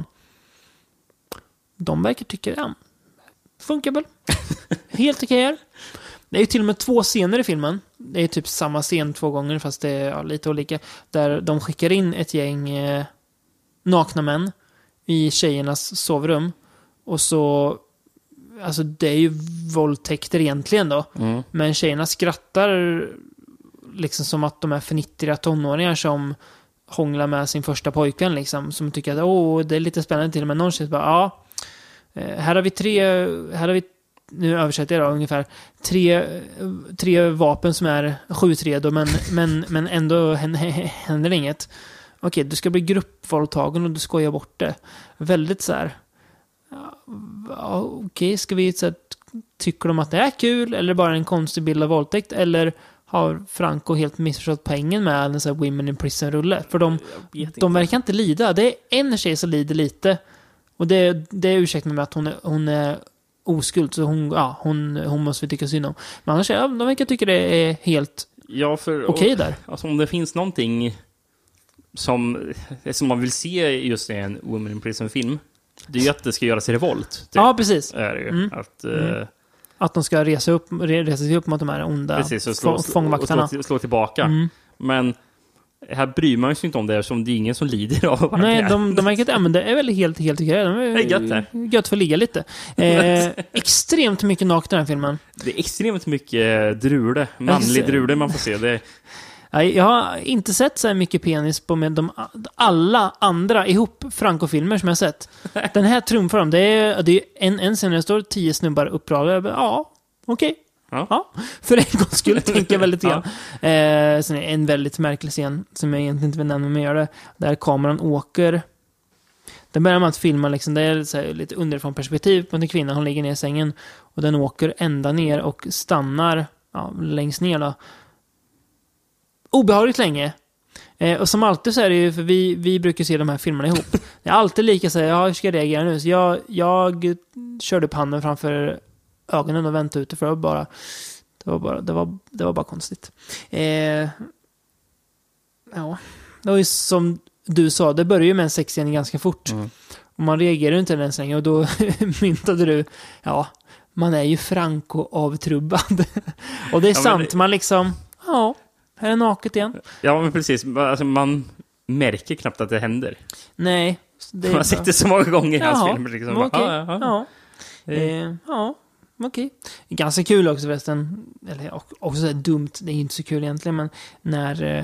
[SPEAKER 1] De verkar tycka, ja, funkar väl. Helt okej här. Det är ju till och med två scener i filmen. Det är typ samma scen två gånger, fast det är ja, lite olika. Där de skickar in ett gäng eh, nakna män i tjejernas sovrum. Och så, alltså det är ju våldtäkter egentligen då. Mm. Men tjejerna skrattar liksom som att de är förnittriga tonåringar som hånglar med sin första pojkvän liksom. Som tycker att, åh, det är lite spännande till och med. Någon säger bara, ja, här har vi tre, här har vi, nu översätter jag då, ungefär tre, tre vapen som är skjutredo, men, men, men ändå händer inget. Okej, du ska bli gruppvåldtagen och du skojar bort det. Väldigt så här, ja, okej, ska vi så här, tycker de att det är kul eller bara en konstig bild av våldtäkt, eller har Franco helt missförstått poängen med en sån här Women in Prison-rulle? För de, de verkar inte lida. Det är en tjej som lider lite. Och det, det är ursäkt med att hon är, hon är oskuld. Så hon, ja, hon, hon måste vi tycka synd om. Men annars ja, de verkar tycka det är helt
[SPEAKER 2] ja,
[SPEAKER 1] okej okay där.
[SPEAKER 2] Alltså om det finns någonting som, som man vill se just i en Women in Prison-film, det är ju att det ska göras i revolt. Typ.
[SPEAKER 1] Ja, precis.
[SPEAKER 2] Är det ju.
[SPEAKER 1] Mm.
[SPEAKER 2] Att...
[SPEAKER 1] Mm.
[SPEAKER 2] Uh,
[SPEAKER 1] Att de ska resa, upp, resa sig upp mot de här onda
[SPEAKER 2] precis, och slå,
[SPEAKER 1] fångvaktarna.
[SPEAKER 2] Och slå, slå tillbaka.
[SPEAKER 1] Mm.
[SPEAKER 2] Men här bryr man sig inte om det, som det är ingen som lider av.
[SPEAKER 1] Nej, de, de verkar inte, ja, men det är väl helt, helt okej. De är,
[SPEAKER 2] det är gött det.
[SPEAKER 1] Gött för att ligga lite. Eh, extremt mycket naken den här filmen.
[SPEAKER 2] Det är extremt mycket drude. Manlig drude man får se. Det
[SPEAKER 1] jag har inte sett så här mycket penis på med de alla andra ihop Franco-filmer som jag sett. Den här trumfar dem. Det är, det är en, en scen där det står tio snubbar uppradade. Ja, okej. Okay.
[SPEAKER 2] Ja.
[SPEAKER 1] Ja. För en gångs skull tänker jag väldigt grann. Ja. Eh, sen är det en väldigt märklig scen som jag egentligen inte vill nämna mer det. Där kameran åker. Den börjar med att filma liksom, det är så här, lite underifrån perspektiv på en kvinna. Hon ligger ner i sängen och den åker ända ner och stannar ja, längst ner då. Obehagligt länge. Eh, och som alltid så är det ju, för vi, vi brukar se de här filmerna ihop. Det är alltid lika så här, ja, hur ska jag reagera nu? Så jag, jag körde upp handen framför ögonen och väntade ute för att bara det var bara, det var, det var bara konstigt. Eh, ja, det var ju som du sa, det börjar ju med en sexscen ganska fort.
[SPEAKER 2] Mm.
[SPEAKER 1] Och man reagerar ju inte ens längre. Och då myntade du, ja, man är ju Franco-avtrubbad. Och det är ja, sant, det... man liksom, ja, här är naket igen.
[SPEAKER 2] Ja, men precis. Alltså, man märker knappt att det händer.
[SPEAKER 1] Nej. Det
[SPEAKER 2] man har sett det så många gånger i hans filmer. Liksom.
[SPEAKER 1] Okej, okay. ja. Ja, eh, ja okej. Okay. Ganska kul också förresten. Eller också så dumt, det är inte så kul egentligen, men när eh,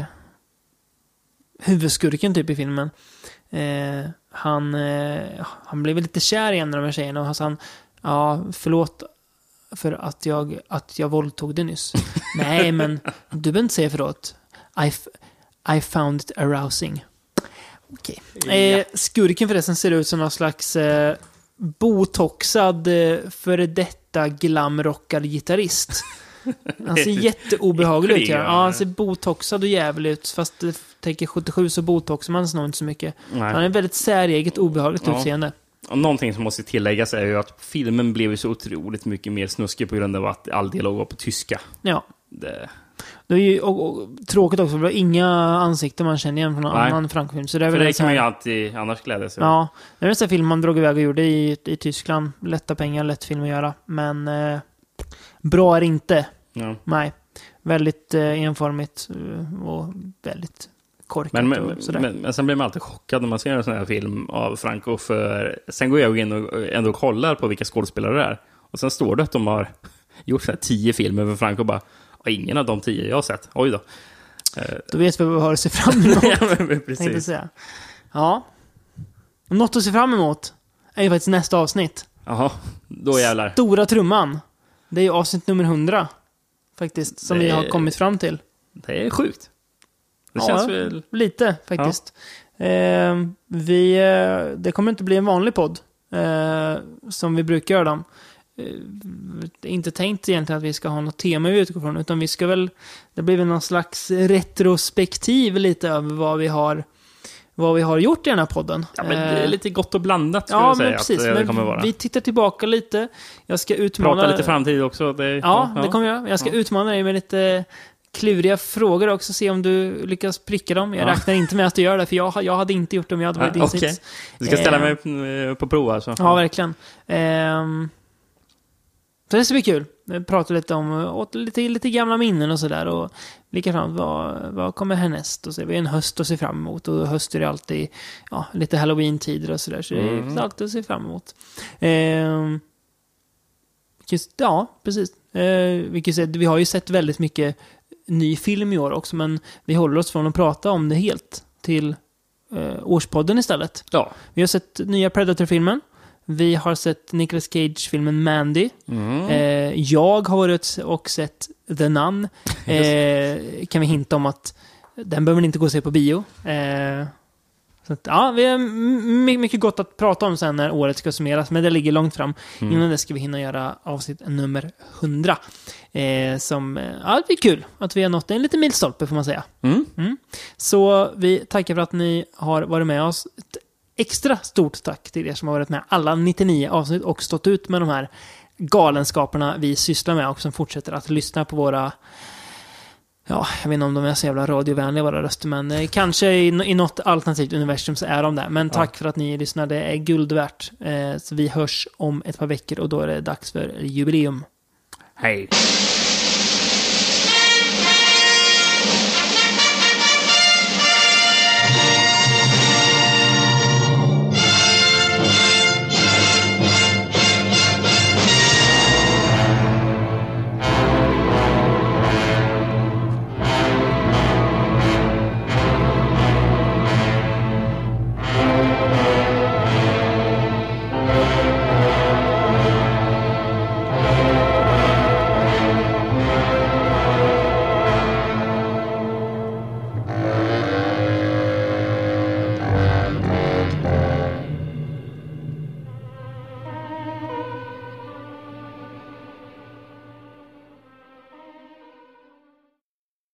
[SPEAKER 1] huvudskurken typ i filmen eh, han, eh, han blev lite kär i en av de här tjejerna och han ja, förlåt för att jag, att jag våldtog det nyss. Nej, men du behöver inte säga förlåt. I, f- I found it arousing. Okej. Okay. Eh, skurken förresten ser ut som någon slags eh, botoxad eh, före detta glamrockad gitarrist. Han ser jätteobehaglig ut. Ja, han ser botoxad och jävlig ut. Fast det tänker sjuttiosju så botoxar man nog inte så mycket. Nej. Han är väldigt säreget obehagligt ja. utseende.
[SPEAKER 2] Och någonting som måste tilläggas är ju att filmen blev så otroligt mycket mer snuskig på grund av att all dialog var på tyska.
[SPEAKER 1] Ja.
[SPEAKER 2] Det...
[SPEAKER 1] Det är ju och, och, tråkigt också, för det var inga ansikten man känner igen från någon annan Franco-film. Så det är väl
[SPEAKER 2] för det
[SPEAKER 1] kan
[SPEAKER 2] man ju alltid annars glädja sig.
[SPEAKER 1] Ja, det är en sån film man drog iväg och gjorde i, i Tyskland. Lätta pengar, lätt film att göra. Men eh, bra är det inte. Ja. Nej. Väldigt eh, enformigt och väldigt korkat.
[SPEAKER 2] Men, men,
[SPEAKER 1] och sådär.
[SPEAKER 2] Men, men sen blir man alltid chockad när man ser en sån här film av Franco. För sen går jag in och ändå kollar på vilka skådespelare det är. Och sen står det att de har gjort så här tio filmer för Franco och bara... Och ingen av de tio jag har sett. Oj då.
[SPEAKER 1] Då vet vi vad vi har att se fram emot.
[SPEAKER 2] Ja, men precis.
[SPEAKER 1] Säga. Ja. Och något att se fram emot är ju faktiskt nästa avsnitt.
[SPEAKER 2] Jaha, då jävlar.
[SPEAKER 1] Stora trumman. Det är ju avsnitt nummer hundra. Faktiskt, som det vi har kommit fram till.
[SPEAKER 2] Det är sjukt. Det
[SPEAKER 1] ja,
[SPEAKER 2] känns väl...
[SPEAKER 1] lite faktiskt. Ja. Eh, vi, det kommer inte bli en vanlig podd. Eh, som vi brukar göra dem. Inte tänkt egentligen att vi ska ha något tema vi utgår från, utan vi ska väl, det blir väl någon slags retrospektiv lite över vad vi har vad vi har gjort i den här podden.
[SPEAKER 2] Ja, men det är lite gott och blandat skulle
[SPEAKER 1] ja,
[SPEAKER 2] jag säga.
[SPEAKER 1] Men precis,
[SPEAKER 2] att det
[SPEAKER 1] men
[SPEAKER 2] kommer vara.
[SPEAKER 1] Vi tittar tillbaka lite. Jag ska utmana...
[SPEAKER 2] Prata lite framtid också. Det...
[SPEAKER 1] Ja, ja, det kommer jag. Jag ska ja. utmana dig med lite kluriga frågor också, se om du lyckas pricka dem. Jag ja. räknar inte med att du gör det, för jag, jag hade inte gjort det om jag hade varit ja, din okay. sits.
[SPEAKER 2] Du ska ställa mig eh, på prov alltså.
[SPEAKER 1] Ja, verkligen. Ehm... Så det ska bli kul. Vi pratar lite om lite, lite gamla minnen och sådär. Och lika fram, vad, vad kommer härnäst? Och så är vi en höst att se fram emot. Och höst är det alltid ja, lite Halloween-tider och sådär. Så det är mm. alltid att se fram emot. Eh, just, ja, precis. Eh, vi, kan säga, vi har ju sett väldigt mycket ny film i år också. Men vi håller oss från att prata om det helt till eh, årspodden istället. Ja. Vi har sett nya Predator-filmen. Vi har sett Nicolas Cage-filmen Mandy. Mm. Eh, jag har varit och sett The Nun. Eh, kan vi hinta om att den behöver inte gå och se på bio. Eh, så att, ja, vi har m- mycket gott att prata om sen när året ska summeras. Men det ligger långt fram. Mm. Innan det ska vi hinna göra avsnitt nummer hundra. Eh, som, ja, det är kul att vi har nått en liten milstolpe får man säga. Mm. Mm. Så vi tackar för att ni har varit med oss. Extra stort tack till er som har varit med alla nittionio avsnitt och stått ut med de här galenskaperna vi sysslar med och som fortsätter att lyssna på våra ja, jag vet inte om de är så jävla radiovänliga våra röster, men kanske i, i något alternativt universum så är de där. Men tack ja. för att ni lyssnar, det är guld värt. Eh, så vi hörs om ett par veckor och då är det dags för jubileum.
[SPEAKER 2] Hej!